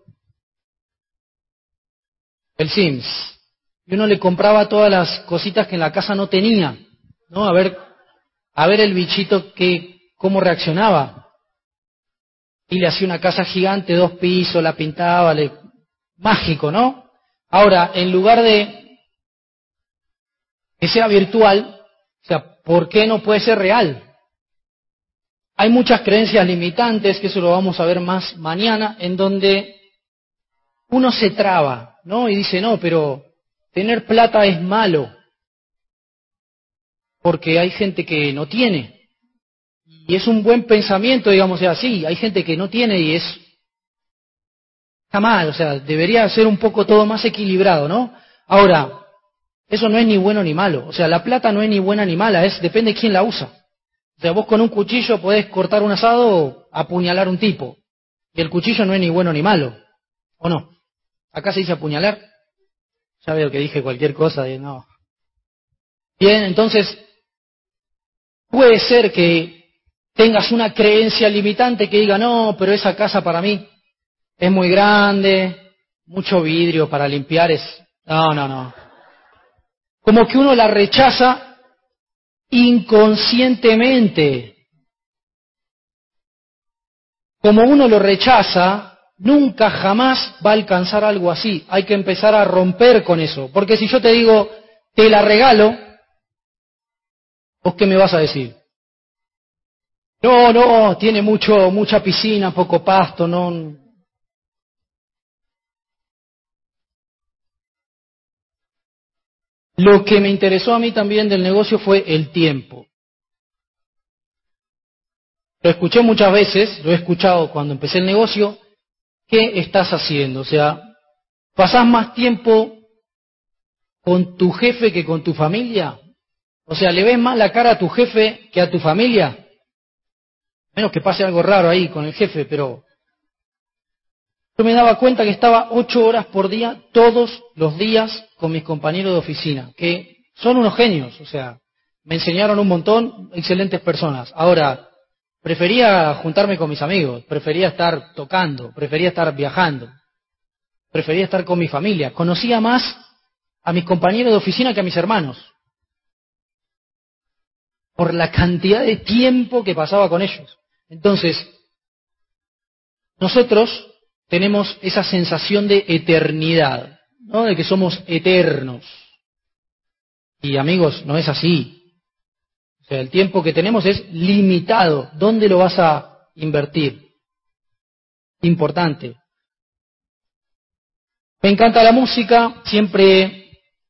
Speaker 2: El Sims. Y uno le compraba todas las cositas que en la casa no tenía, ¿no? A ver, a ver el bichito que, cómo reaccionaba. Y le hacía una casa gigante, dos pisos, la pintaba, le... mágico, ¿no? Ahora, en lugar de que sea virtual, o sea, ¿por qué no puede ser real? Hay muchas creencias limitantes, que eso lo vamos a ver más mañana, en donde uno se traba, ¿no? Y dice, no, pero tener plata es malo, porque hay gente que no tiene. Y es un buen pensamiento, digamos así, hay gente que no tiene y es... está mal, o sea, debería ser un poco todo más equilibrado, ¿no? Ahora, eso no es ni bueno ni malo. O sea, la plata no es ni buena ni mala, es depende de quién la usa. O sea, vos con un cuchillo podés cortar un asado o apuñalar a un tipo. Y el cuchillo no es ni bueno ni malo. ¿O no? Acá se dice apuñalar. Ya veo que dije cualquier cosa de no. Bien, entonces, puede ser que tengas una creencia limitante que diga, no, pero esa casa para mí es muy grande, mucho vidrio para limpiar es... No, no, no. Como que uno la rechaza inconscientemente. Como uno lo rechaza, nunca jamás va a alcanzar algo así. Hay que empezar a romper con eso. Porque si yo te digo, te la regalo, ¿vos qué me vas a decir? No, no, tiene mucho, mucha piscina, poco pasto, no... Lo que me interesó a mí también del negocio fue el tiempo. Lo escuché muchas veces, lo he escuchado cuando empecé el negocio. ¿Qué estás haciendo? O sea, ¿pasás más tiempo con tu jefe que con tu familia? O sea, ¿le ves más la cara a tu jefe que a tu familia? Menos que pase algo raro ahí con el jefe, pero yo me daba cuenta que estaba ocho horas por día, todos los días, con mis compañeros de oficina, que son unos genios, o sea, me enseñaron un montón, excelentes personas. Ahora, prefería juntarme con mis amigos, prefería estar tocando, prefería estar viajando, prefería estar con mi familia. Conocía más a mis compañeros de oficina que a mis hermanos, por la cantidad de tiempo que pasaba con ellos. Entonces, nosotros tenemos esa sensación de eternidad, ¿no? De que somos eternos. Y amigos, no es así. O sea, el tiempo que tenemos es limitado. ¿Dónde lo vas a invertir? Importante. Me encanta la música, siempre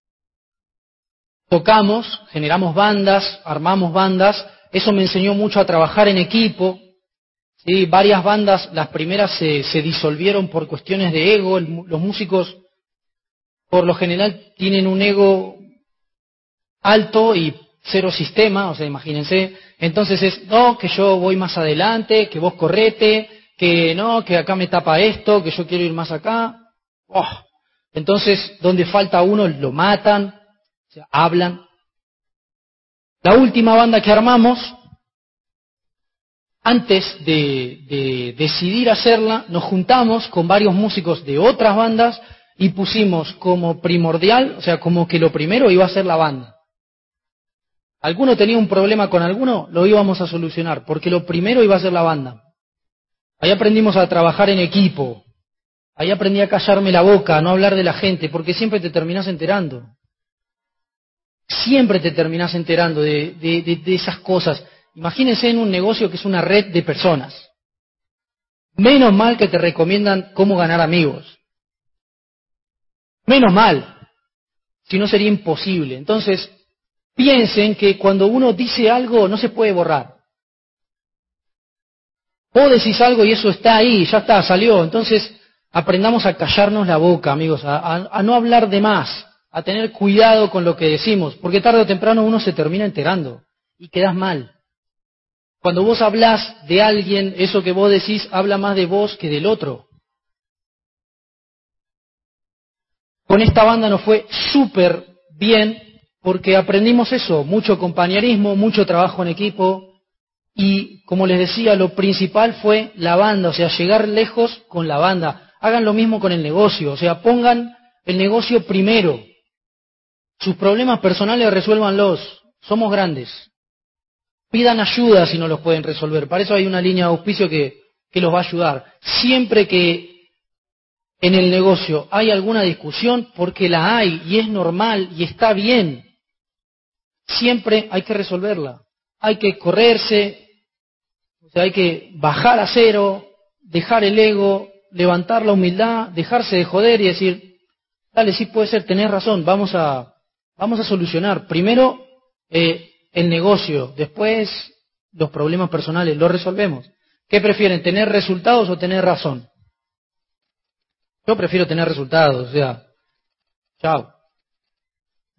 Speaker 2: tocamos, generamos bandas, armamos bandas. Eso me enseñó mucho a trabajar en equipo. Sí, varias bandas, las primeras se, se disolvieron por cuestiones de ego. El, los músicos, por lo general, tienen un ego alto y cero sistema, o sea, imagínense. Entonces es, no, que yo voy más adelante, que vos correte, que no, que acá me tapa esto, que yo quiero ir más acá. Oh. Entonces, donde falta uno, lo matan, o sea, hablan. La última banda que armamos, antes de, de decidir hacerla, nos juntamos con varios músicos de otras bandas y pusimos como primordial, o sea, como que lo primero iba a ser la banda. Alguno tenía un problema con alguno, lo íbamos a solucionar, porque lo primero iba a ser la banda. Ahí aprendimos a trabajar en equipo, ahí aprendí a callarme la boca, a no hablar de la gente, porque siempre te terminás enterando. Siempre te terminás enterando de, de, de, de esas cosas. Imagínense en un negocio que es una red de personas. Menos mal que te recomiendan cómo ganar amigos. Menos mal. Si no sería imposible. Entonces, piensen que cuando uno dice algo no se puede borrar. Vos decís algo y eso está ahí, ya está, salió. Entonces, aprendamos a callarnos la boca, amigos, a, a, a no hablar de más, a tener cuidado con lo que decimos, porque tarde o temprano uno se termina enterando y quedás mal. Cuando vos hablás de alguien, eso que vos decís habla más de vos que del otro. Con esta banda nos fue súper bien porque aprendimos eso, mucho compañerismo, mucho trabajo en equipo y, como les decía, lo principal fue la banda, o sea, llegar lejos con la banda. Hagan lo mismo con el negocio, o sea, pongan el negocio primero. Sus problemas personales resuélvanlos, somos grandes. Pidan ayuda si no los pueden resolver. Para eso hay una línea de auspicio que, que los va a ayudar. Siempre que en el negocio hay alguna discusión, porque la hay y es normal y está bien, siempre hay que resolverla. Hay que correrse, o sea, hay que bajar a cero, dejar el ego, levantar la humildad, dejarse de joder y decir, dale, sí puede ser, tenés razón, vamos a, vamos a solucionar. Primero, eh, el negocio, después los problemas personales, los resolvemos. ¿Qué prefieren, tener resultados o tener razón? Yo prefiero tener resultados, o sea, chao.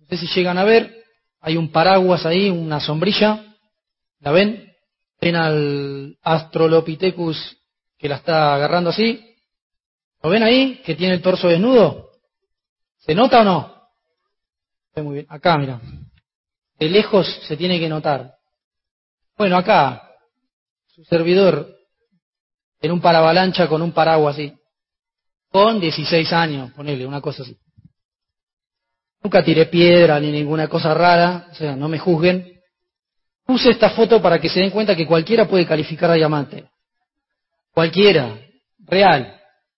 Speaker 2: No sé si llegan a ver, hay un paraguas ahí, una sombrilla, ¿la ven? Ven al Australopithecus que la está agarrando así. ¿Lo ven ahí? Que tiene el torso desnudo. ¿Se nota o no? Muy bien. Acá, mira. De lejos se tiene que notar. Bueno, acá, su servidor, en un paravalancha con un paraguas así. Con dieciséis años, ponele, una cosa así. Nunca tiré piedra ni ninguna cosa rara, o sea, no me juzguen. Puse esta foto para que se den cuenta que cualquiera puede calificar a diamante. Cualquiera. Real.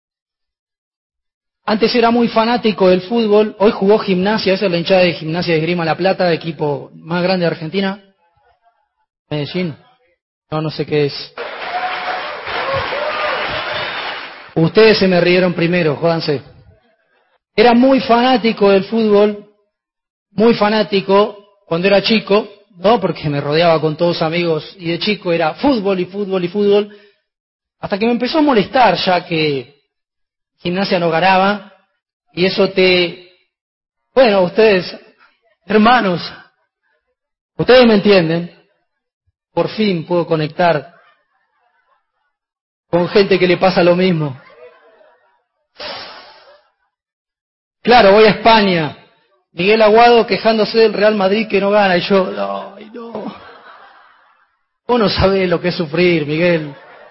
Speaker 2: Antes era muy fanático del fútbol, hoy jugó Gimnasia, esa es la hinchada de Gimnasia de Esgrima La Plata, equipo más grande de Argentina. Medellín. No, no sé qué es. Ustedes se me rieron primero, jódanse. Era muy fanático del fútbol, muy fanático cuando era chico, ¿no? Porque me rodeaba con todos amigos y de chico era fútbol y fútbol y fútbol, hasta que me empezó a molestar ya que Gimnasia no ganaba, y eso te... Bueno, ustedes, hermanos, ustedes me entienden, por fin puedo conectar con gente que le pasa lo mismo. Claro, voy a España, Miguel Aguado quejándose del Real Madrid que no gana, y yo, ay no, vos no sabés lo que es sufrir, Miguel.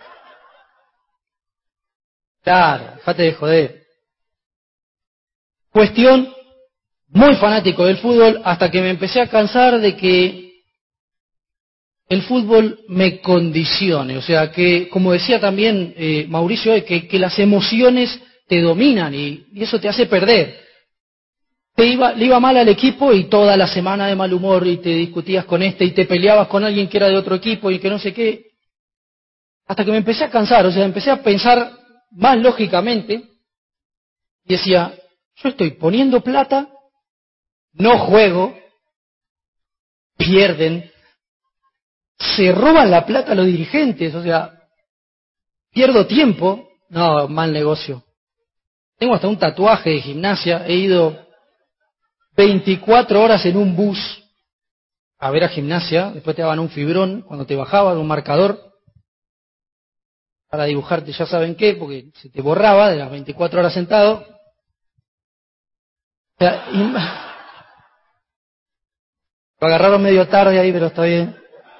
Speaker 2: Claro, dejate de joder. Cuestión, muy fanático del fútbol, hasta que me empecé a cansar de que el fútbol me condicione. O sea, que, como decía también eh, Mauricio, que, que las emociones te dominan y, y eso te hace perder. Te iba, le iba mal al equipo y toda la semana de mal humor y te discutías con este y te peleabas con alguien que era de otro equipo y que no sé qué. Hasta que me empecé a cansar, o sea, empecé a pensar más lógicamente, y decía, yo estoy poniendo plata, no juego, pierden, se roban la plata los dirigentes, o sea, pierdo tiempo, no, mal negocio. Tengo hasta un tatuaje de Gimnasia, he ido veinticuatro horas en un bus a ver a Gimnasia, después te daban un fibrón cuando te bajaban, un marcador, para dibujarte ya saben qué, porque se te borraba de las veinticuatro horas sentado. O sea, y... Lo agarraron medio tarde ahí, pero está bien.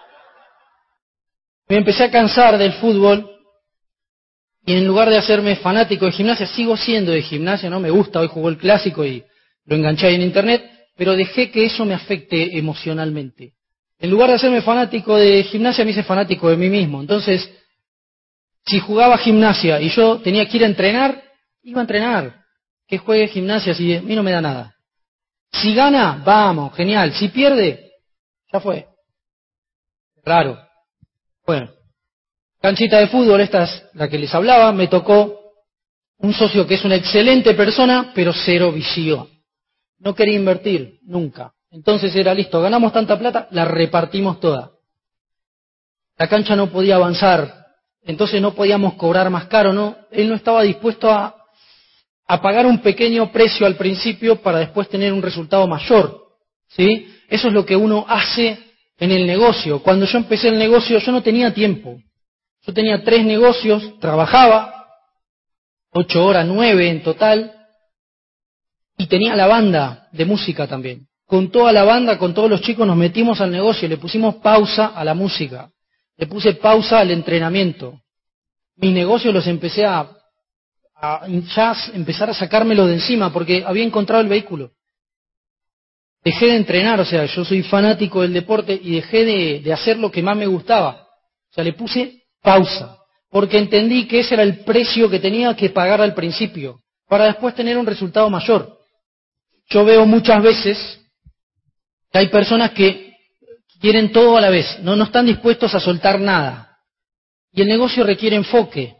Speaker 2: Me empecé a cansar del fútbol y en lugar de hacerme fanático de Gimnasia, sigo siendo de Gimnasia, no me gusta, hoy jugó el clásico y lo enganché ahí en internet, pero dejé que eso me afecte emocionalmente. En lugar de hacerme fanático de Gimnasia, me hice fanático de mí mismo. Entonces, si jugaba Gimnasia y yo tenía que ir a entrenar, iba a entrenar. Que juegue Gimnasia, si a mí no me da nada. Si gana, vamos, genial. Si pierde, ya fue. Raro. Bueno, canchita de fútbol, esta es la que les hablaba, me tocó un socio que es una excelente persona, pero cero visión. No quería invertir, nunca. Entonces era listo, ganamos tanta plata, la repartimos toda. La cancha no podía avanzar. Entonces no podíamos cobrar más caro, ¿no? Él no estaba dispuesto a, a pagar un pequeño precio al principio para después tener un resultado mayor, ¿sí? Eso es lo que uno hace en el negocio. Cuando yo empecé el negocio, yo no tenía tiempo. Yo tenía tres negocios, trabajaba, ocho horas, nueve en total, y tenía la banda de música también. Con toda la banda, con todos los chicos nos metimos al negocio, le pusimos pausa a la música. Le puse pausa al entrenamiento. Mis negocios los empecé a, a ya empezar a sacármelo de encima porque había encontrado el vehículo. Dejé de entrenar, o sea, yo soy fanático del deporte y dejé de, de hacer lo que más me gustaba. O sea, le puse pausa porque entendí que ese era el precio que tenía que pagar al principio para después tener un resultado mayor. Yo veo muchas veces que hay personas que quieren todo a la vez, no, no están dispuestos a soltar nada. Y el negocio requiere enfoque.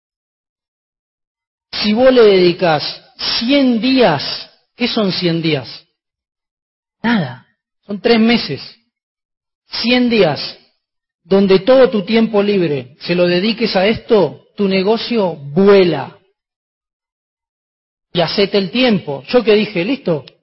Speaker 2: Si vos le dedicás cien días, ¿qué son cien días? Nada, son tres meses. cien días, donde todo tu tiempo libre se lo dediques a esto, tu negocio vuela. Y hacete el tiempo. Yo que dije, listo,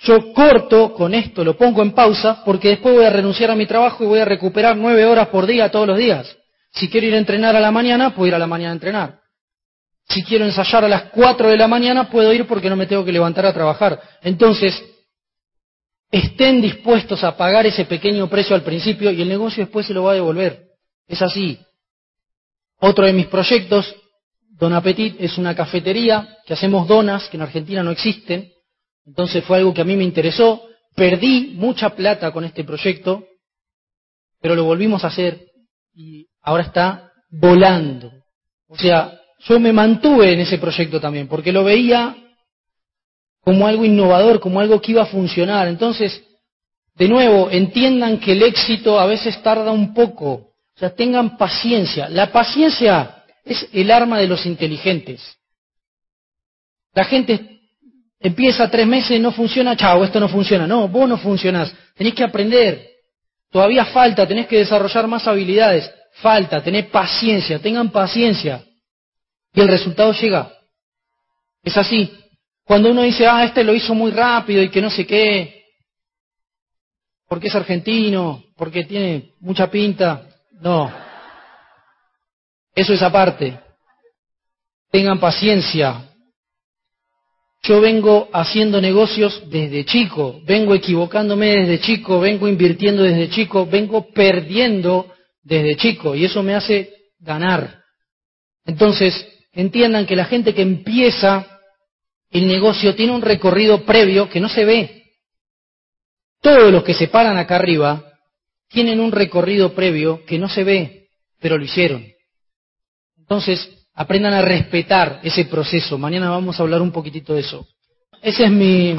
Speaker 2: yo corto con esto, lo pongo en pausa, porque después voy a renunciar a mi trabajo y voy a recuperar nueve horas por día todos los días. Si quiero ir a entrenar a la mañana, puedo ir a la mañana a entrenar. Si quiero ensayar a las cuatro de la mañana, puedo ir porque no me tengo que levantar a trabajar. Entonces, estén dispuestos a pagar ese pequeño precio al principio y el negocio después se lo va a devolver. Es así. Otro de mis proyectos, Don Appetit, es una cafetería que hacemos donas que en Argentina no existen. Entonces fue algo que a mí me interesó. Perdí mucha plata con este proyecto, pero lo volvimos a hacer y ahora está volando. O sea, yo me mantuve en ese proyecto también, porque lo veía como algo innovador, como algo que iba a funcionar. Entonces, de nuevo, entiendan que el éxito a veces tarda un poco. O sea, tengan paciencia. La paciencia es el arma de los inteligentes. La gente empieza tres meses, no funciona, chao, esto no funciona. No, vos no funcionás. Tenés que aprender. Todavía falta, tenés que desarrollar más habilidades. Falta, tenés paciencia, tengan paciencia. Y el resultado llega. Es así. Cuando uno dice, ah, este lo hizo muy rápido y que no sé qué, porque es argentino, porque tiene mucha pinta. No. Eso es aparte. Tengan paciencia. Yo vengo haciendo negocios desde chico, vengo equivocándome desde chico, vengo invirtiendo desde chico, vengo perdiendo desde chico y eso me hace ganar. Entonces, entiendan que la gente que empieza el negocio tiene un recorrido previo que no se ve. Todos los que se paran acá arriba tienen un recorrido previo que no se ve, pero lo hicieron. Entonces, aprendan a respetar ese proceso. Mañana vamos a hablar un poquitito de eso. Ese es mi...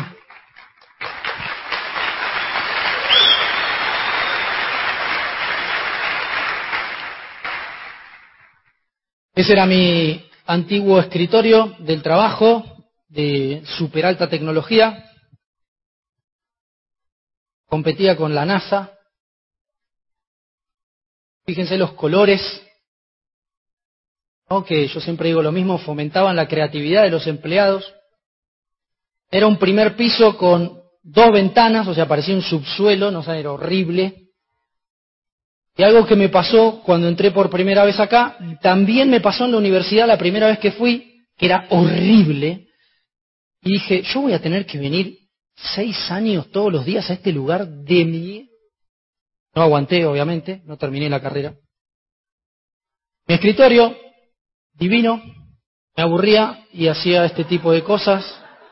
Speaker 2: Ese era mi antiguo escritorio del trabajo, de super alta tecnología. Competía con la NASA. Fíjense los colores, ¿no? Que yo siempre digo lo mismo, fomentaban la creatividad de los empleados. Era un primer piso con dos ventanas, o sea, parecía un subsuelo, no sé, era horrible. Y algo que me pasó cuando entré por primera vez acá, también me pasó en la universidad la primera vez que fui, que era horrible. Y dije, yo voy a tener que venir seis años todos los días a este lugar de mí. No aguanté, obviamente, no terminé la carrera. Mi escritorio, divino, me aburría y hacía este tipo de cosas,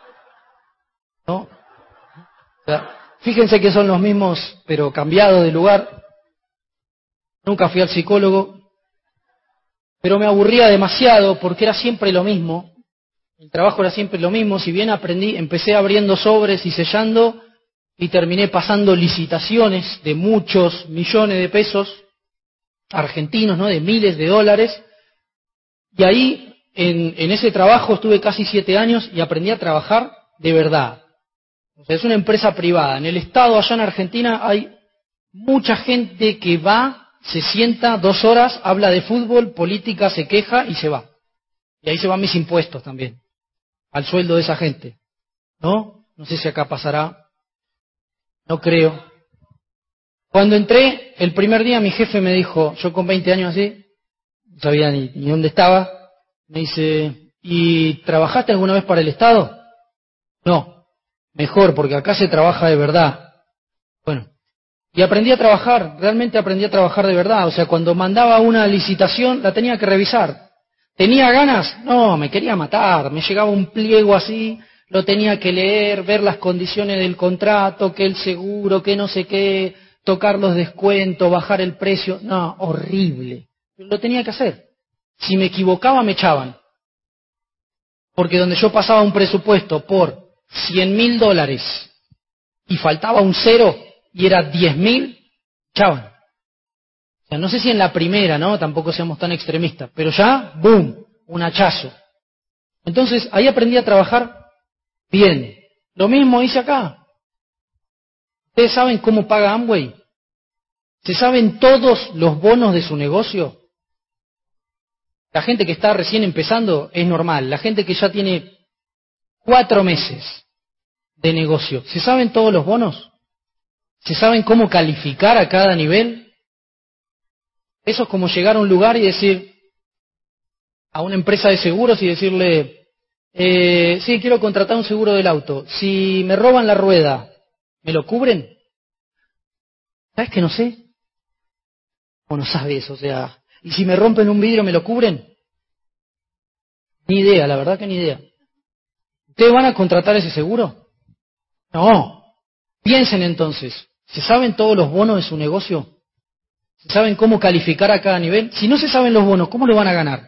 Speaker 2: ¿no? O sea, fíjense que son los mismos, pero cambiados de lugar. Nunca fui al psicólogo, pero me aburría demasiado porque era siempre lo mismo. El trabajo era siempre lo mismo. Si bien aprendí, empecé abriendo sobres y sellando y terminé pasando licitaciones de muchos millones de pesos argentinos, ¿no? De miles de dólares. Y ahí, en, en ese trabajo, estuve casi siete años y aprendí a trabajar de verdad. O sea, es una empresa privada. En el Estado, allá en Argentina, hay mucha gente que va, se sienta dos horas, habla de fútbol, política, se queja y se va. Y ahí se van mis impuestos también, al sueldo de esa gente. ¿No? No sé si acá pasará. No creo. Cuando entré, el primer día mi jefe me dijo, yo con veinte años así, no sabía ni, ni dónde estaba, me dice, ¿y trabajaste alguna vez para el Estado? No, mejor, porque acá se trabaja de verdad. Bueno, y aprendí a trabajar, realmente aprendí a trabajar de verdad. O sea, cuando mandaba una licitación, la tenía que revisar. ¿Tenía ganas? No, me quería matar. Me llegaba un pliego así, lo tenía que leer, ver las condiciones del contrato, que el seguro, que no sé qué, tocar los descuentos, bajar el precio. No, horrible. Lo tenía que hacer. Si me equivocaba, me echaban. Porque donde yo pasaba un presupuesto por cien mil dólares y faltaba un cero y era diez mil, echaban. O sea, no sé si en la primera, ¿no? Tampoco seamos tan extremistas, pero ya, ¡boom!, un hachazo. Entonces, ahí aprendí a trabajar bien. Lo mismo hice acá. ¿Ustedes saben cómo paga Amway? ¿Se saben todos los bonos de su negocio? La gente que está recién empezando es normal. La gente que ya tiene cuatro meses de negocio. ¿Se saben todos los bonos? ¿Se saben cómo calificar a cada nivel? Eso es como llegar a un lugar y decir a una empresa de seguros y decirle, eh, sí, quiero contratar un seguro del auto. Si me roban la rueda, ¿me lo cubren? ¿Sabes que no sé? O no sabes, o sea, ¿y si me rompen un vidrio, me lo cubren? Ni idea, la verdad que ni idea. ¿Ustedes van a contratar ese seguro? No. Piensen entonces, ¿se saben todos los bonos de su negocio? ¿Se saben cómo calificar a cada nivel? Si no se saben los bonos, ¿cómo lo van a ganar?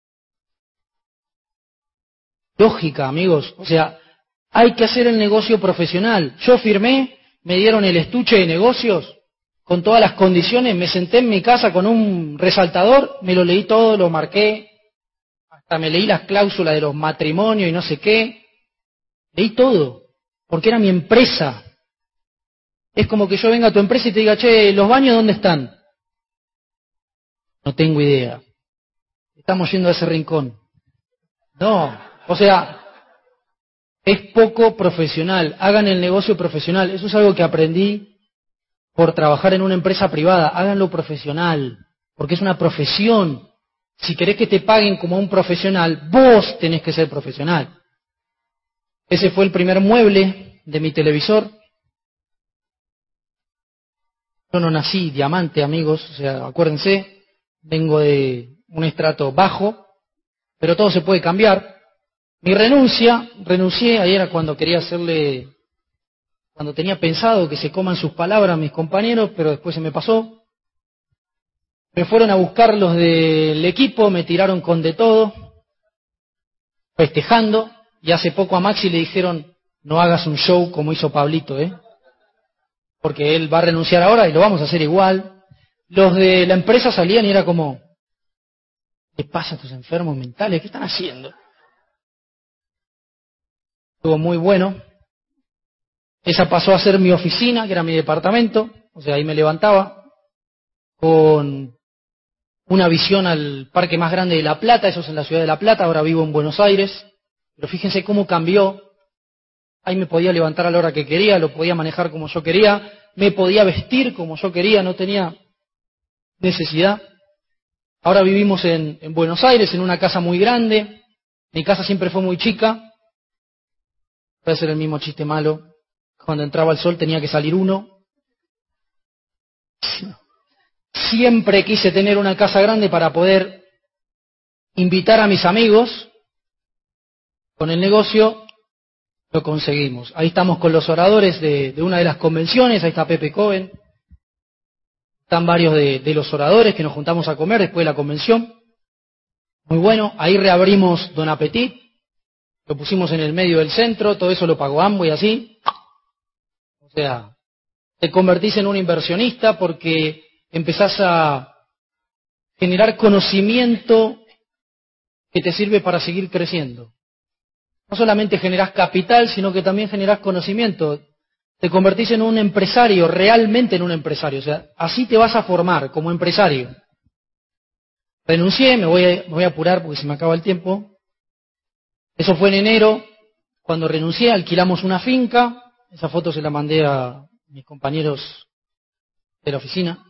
Speaker 2: Lógica, amigos. O sea, hay que hacer el negocio profesional. Yo firmé, me dieron el estuche de negocios con todas las condiciones, me senté en mi casa con un resaltador, me lo leí todo, lo marqué, hasta me leí las cláusulas de los matrimonios y no sé qué. Leí todo, porque era mi empresa. Es como que yo venga a tu empresa y te diga, che, ¿los baños dónde están? No tengo idea. Estamos yendo a ese rincón. No, o sea, es poco profesional. Hagan el negocio profesional. Eso es algo que aprendí por trabajar en una empresa privada. Háganlo profesional, porque es una profesión. Si querés que te paguen como un profesional, vos tenés que ser profesional. Ese fue el primer mueble de mi televisor. Yo no nací diamante, amigos, o sea, acuérdense, vengo de un estrato bajo, pero todo se puede cambiar. Mi renuncia, renuncié, ahí era cuando quería hacerle, cuando tenía pensado que se coman sus palabras mis compañeros, pero después se me pasó. Me fueron a buscar los del equipo, me tiraron con de todo, festejando, y hace poco a Maxi le dijeron, no hagas un show como hizo Pablito, ¿eh? Porque él va a renunciar ahora y lo vamos a hacer igual. Los de la empresa salían y era como, ¿qué pasa a estos enfermos mentales? ¿Qué están haciendo? Estuvo muy bueno. Esa pasó a ser mi oficina, que era mi departamento, o sea, ahí me levantaba, con una visión al parque más grande de La Plata, eso es en la ciudad de La Plata, ahora vivo en Buenos Aires, pero fíjense cómo cambió. Ahí me podía levantar a la hora que quería, lo podía manejar como yo quería, me podía vestir como yo quería, no tenía necesidad. Ahora vivimos en, en Buenos Aires, en una casa muy grande, mi casa siempre fue muy chica, puede ser el mismo chiste malo, cuando entraba el sol tenía que salir uno. Siempre quise tener una casa grande para poder invitar a mis amigos. Con el negocio lo conseguimos. Ahí estamos con los oradores de, de una de las convenciones, ahí está Pepe Cohen. Están varios de, de los oradores que nos juntamos a comer después de la convención. Muy bueno, ahí reabrimos Don Appetit, lo pusimos en el medio del centro, todo eso lo pagó Amway así. O sea, te convertís en un inversionista porque empezás a generar conocimiento que te sirve para seguir creciendo. No solamente generás capital, sino que también generás conocimiento. Te convertís en un empresario, realmente en un empresario. O sea, así te vas a formar como empresario. Renuncié, me voy a, me voy a apurar porque se me acaba el tiempo. Eso fue en enero. Cuando renuncié, alquilamos una finca. Esa foto se la mandé a mis compañeros de la oficina.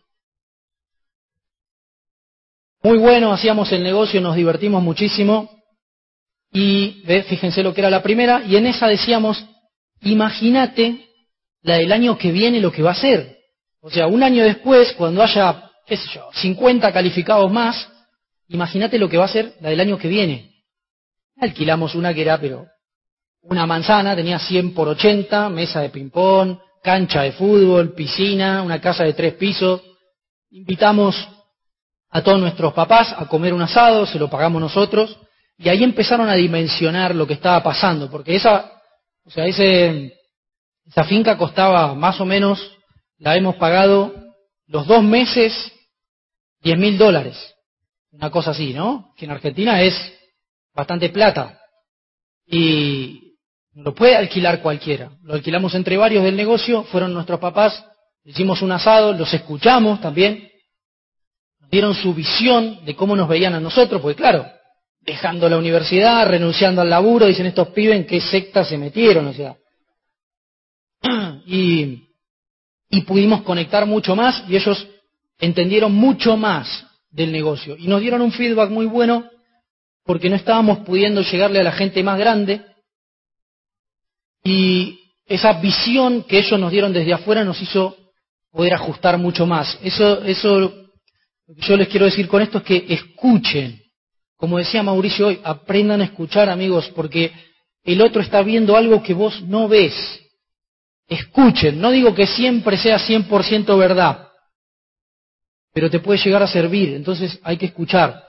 Speaker 2: Muy bueno, hacíamos el negocio, nos divertimos muchísimo. Y ¿ve? Fíjense lo que era la primera, y en esa decíamos, imagínate la del año que viene lo que va a ser. O sea, un año después, cuando haya, qué sé yo, cincuenta calificados más, imagínate lo que va a ser la del año que viene. Alquilamos una que era, pero, una manzana, tenía cien por ochenta, mesa de ping-pong, cancha de fútbol, piscina, una casa de tres pisos. Invitamos a todos nuestros papás a comer un asado, se lo pagamos nosotros. Y ahí empezaron a dimensionar lo que estaba pasando, porque esa, o sea, ese, esa finca costaba más o menos, la hemos pagado los dos meses, diez mil dólares. Una cosa así, ¿no? Que en Argentina es bastante plata. Y no lo puede alquilar cualquiera. Lo alquilamos entre varios del negocio, fueron nuestros papás, hicimos un asado, los escuchamos también, nos dieron su visión de cómo nos veían a nosotros, porque claro, dejando la universidad, renunciando al laburo, dicen estos pibes en qué secta se metieron, o sea, y, y pudimos conectar mucho más y ellos entendieron mucho más del negocio y nos dieron un feedback muy bueno porque no estábamos pudiendo llegarle a la gente más grande y esa visión que ellos nos dieron desde afuera nos hizo poder ajustar mucho más. Eso, eso, lo que yo les quiero decir con esto es que escuchen. Como decía Mauricio hoy, aprendan a escuchar, amigos, porque el otro está viendo algo que vos no ves. Escuchen, no digo que siempre sea cien por ciento verdad, pero te puede llegar a servir, entonces hay que escuchar.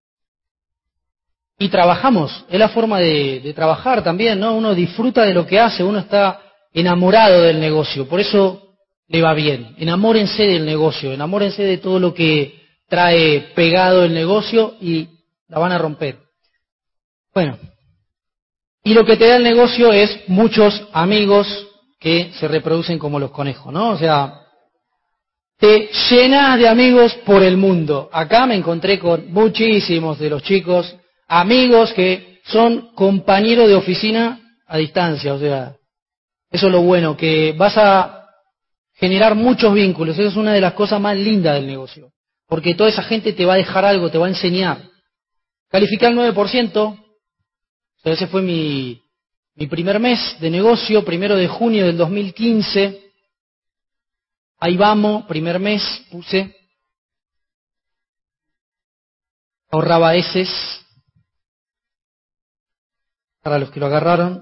Speaker 2: Y trabajamos, es la forma de, de trabajar también, ¿no? Uno disfruta de lo que hace, uno está enamorado del negocio, por eso le va bien. Enamórense del negocio, enamórense de todo lo que trae pegado el negocio y la van a romper. Bueno, y lo que te da el negocio es muchos amigos que se reproducen como los conejos, ¿no? O sea, te llenas de amigos por el mundo. Acá me encontré con muchísimos de los chicos, amigos que son compañeros de oficina a distancia, o sea, eso es lo bueno, que vas a generar muchos vínculos, eso es una de las cosas más lindas del negocio, porque toda esa gente te va a dejar algo, te va a enseñar. Califiqué al nueve por ciento, o sea, ese fue mi, mi primer mes de negocio, primero de junio del dos mil quince, ahí vamos, primer mes, puse, ahorraba eses, para los que lo agarraron.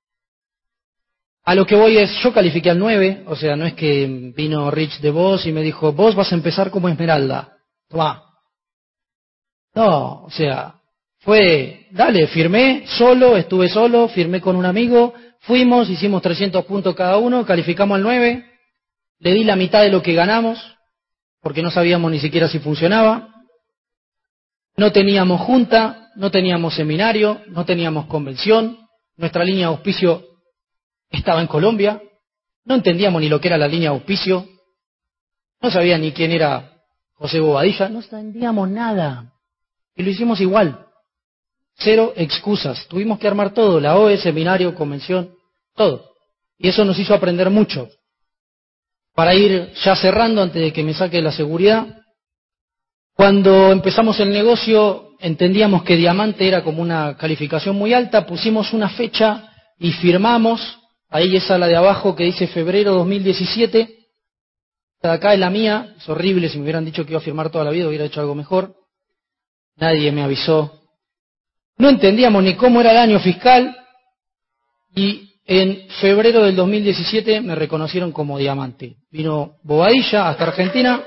Speaker 2: A lo que voy es, yo califiqué al nueve, o sea, no es que vino Rich de vos y me dijo, vos vas a empezar como Esmeralda, toma. No, o sea, fue, dale, firmé solo, estuve solo, firmé con un amigo, fuimos, hicimos trescientos puntos cada uno, calificamos al nueve, le di la mitad de lo que ganamos, porque no sabíamos ni siquiera si funcionaba, no teníamos junta, no teníamos seminario, no teníamos convención, nuestra línea de auspicio estaba en Colombia, no entendíamos ni lo que era la línea de auspicio, no sabía ni quién era José Bobadilla, no entendíamos nada. Y lo hicimos igual. Cero excusas. Tuvimos que armar todo, la O E, seminario, convención, todo. Y eso nos hizo aprender mucho. Para ir ya cerrando, antes de que me saque la seguridad, cuando empezamos el negocio entendíamos que diamante era como una calificación muy alta, pusimos una fecha y firmamos. Ahí esa la de abajo que dice febrero dos mil diecisiete. Esta de acá es la mía. Es horrible, si me hubieran dicho que iba a firmar toda la vida hubiera hecho algo mejor. Nadie me avisó. No entendíamos ni cómo era el año fiscal y en febrero del dos mil diecisiete me reconocieron como diamante. Vino Bobadilla hasta Argentina.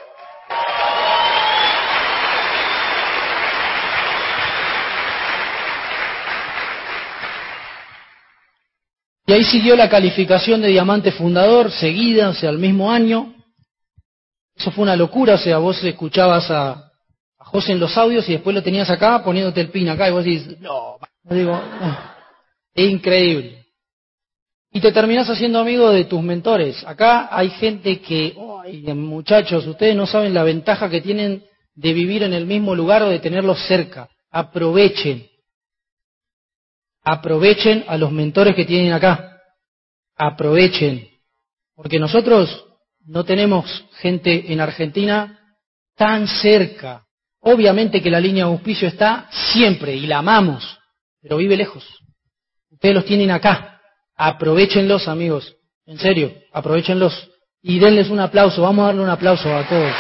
Speaker 2: Y ahí siguió la calificación de diamante fundador, seguida, o sea, al mismo año. Eso fue una locura, o sea, vos escuchabas a, a José en los audios y después lo tenías acá poniéndote el pin acá y vos decís, no, no digo, no, es increíble. Y te terminás haciendo amigo de tus mentores. Acá hay gente que, ay, muchachos, ustedes no saben la ventaja que tienen de vivir en el mismo lugar o de tenerlos cerca. Aprovechen. Aprovechen a los mentores que tienen acá. Aprovechen. Porque nosotros no tenemos gente en Argentina tan cerca. Obviamente que la línea de auspicio está siempre y la amamos, pero vive lejos. Ustedes los tienen acá. Aprovechenlos, amigos. En serio, aprovechenlos. Y denles un aplauso. Vamos a darle un aplauso a todos.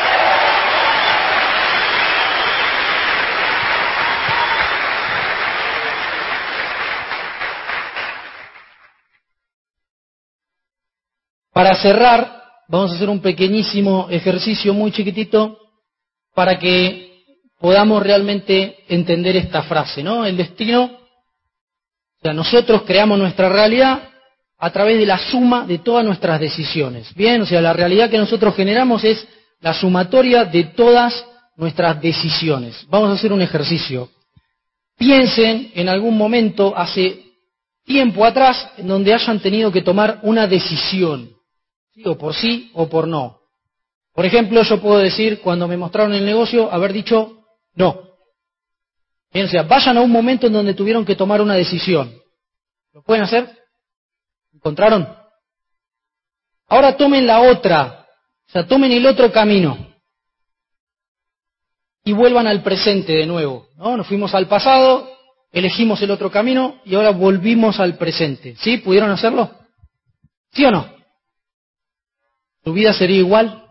Speaker 2: Para cerrar, vamos a hacer un pequeñísimo ejercicio muy chiquitito para que podamos realmente entender esta frase, ¿no? El destino, o sea, nosotros creamos nuestra realidad a través de la suma de todas nuestras decisiones. Bien, o sea, la realidad que nosotros generamos es la sumatoria de todas nuestras decisiones. Vamos a hacer un ejercicio. Piensen en algún momento hace tiempo atrás en donde hayan tenido que tomar una decisión. ¿Sí? O por sí o por no. Por ejemplo, yo puedo decir, cuando me mostraron el negocio, haber dicho no. Bien, o sea, vayan a un momento en donde tuvieron que tomar una decisión. ¿Lo pueden hacer? ¿Encontraron? Ahora tomen la otra, o sea, tomen el otro camino. Y vuelvan al presente de nuevo, ¿no? Nos fuimos al pasado, elegimos el otro camino y ahora volvimos al presente. ¿Sí? ¿Pudieron hacerlo? ¿Sí o no? ¿Tu vida sería igual?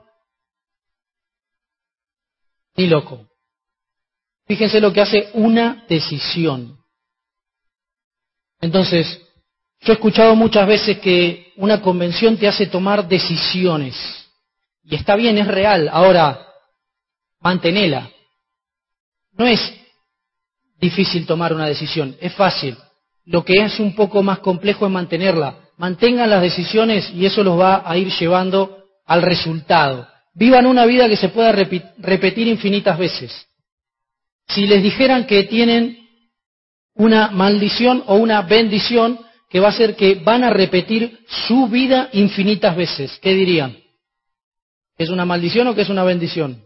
Speaker 2: Ni loco. Fíjense lo que hace una decisión. Entonces, yo he escuchado muchas veces que una convención te hace tomar decisiones. Y está bien, es real. Ahora, mantenela. No es difícil tomar una decisión, es fácil. Lo que es un poco más complejo es mantenerla. Mantengan las decisiones y eso los va a ir llevando al resultado. Vivan una vida que se pueda repetir infinitas veces. Si les dijeran que tienen una maldición o una bendición que va a ser que van a repetir su vida infinitas veces, ¿qué dirían? ¿Es una maldición o que es una bendición?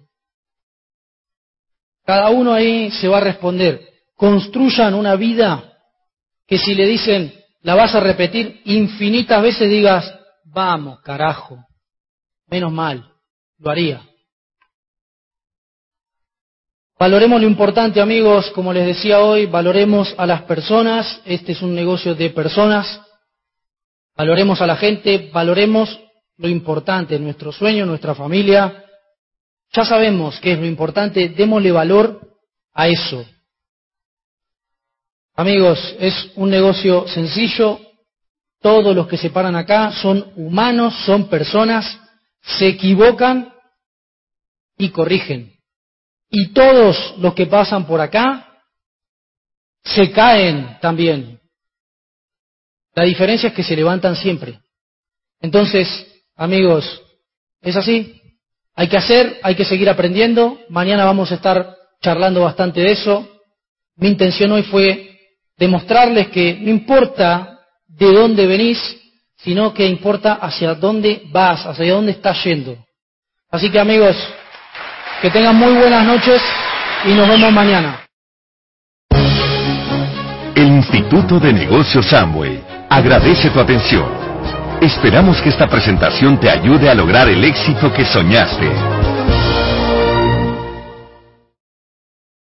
Speaker 2: Cada uno ahí se va a responder. Construyan una vida que si le dicen, la vas a repetir infinitas veces, digas, vamos, carajo, menos mal, lo haría. Valoremos lo importante, amigos, como les decía hoy, valoremos a las personas, este es un negocio de personas, valoremos a la gente, valoremos lo importante, nuestro sueño, nuestra familia. Ya sabemos qué es lo importante, démosle valor a eso. Amigos, es un negocio sencillo, todos los que se paran acá son humanos, son personas, se equivocan y corrigen. Y todos los que pasan por acá se caen también. La diferencia es que se levantan siempre. Entonces, amigos, ¿es así? Hay que hacer, hay que seguir aprendiendo. Mañana vamos a estar charlando bastante de eso. Mi intención hoy fue demostrarles que no importa de dónde venís, sino que importa hacia dónde vas, hacia dónde estás yendo. Así que, amigos, que tengan muy buenas noches y nos vemos mañana.
Speaker 1: El Instituto de Negocios Amway agradece tu atención. Esperamos que esta presentación te ayude a lograr el éxito que soñaste.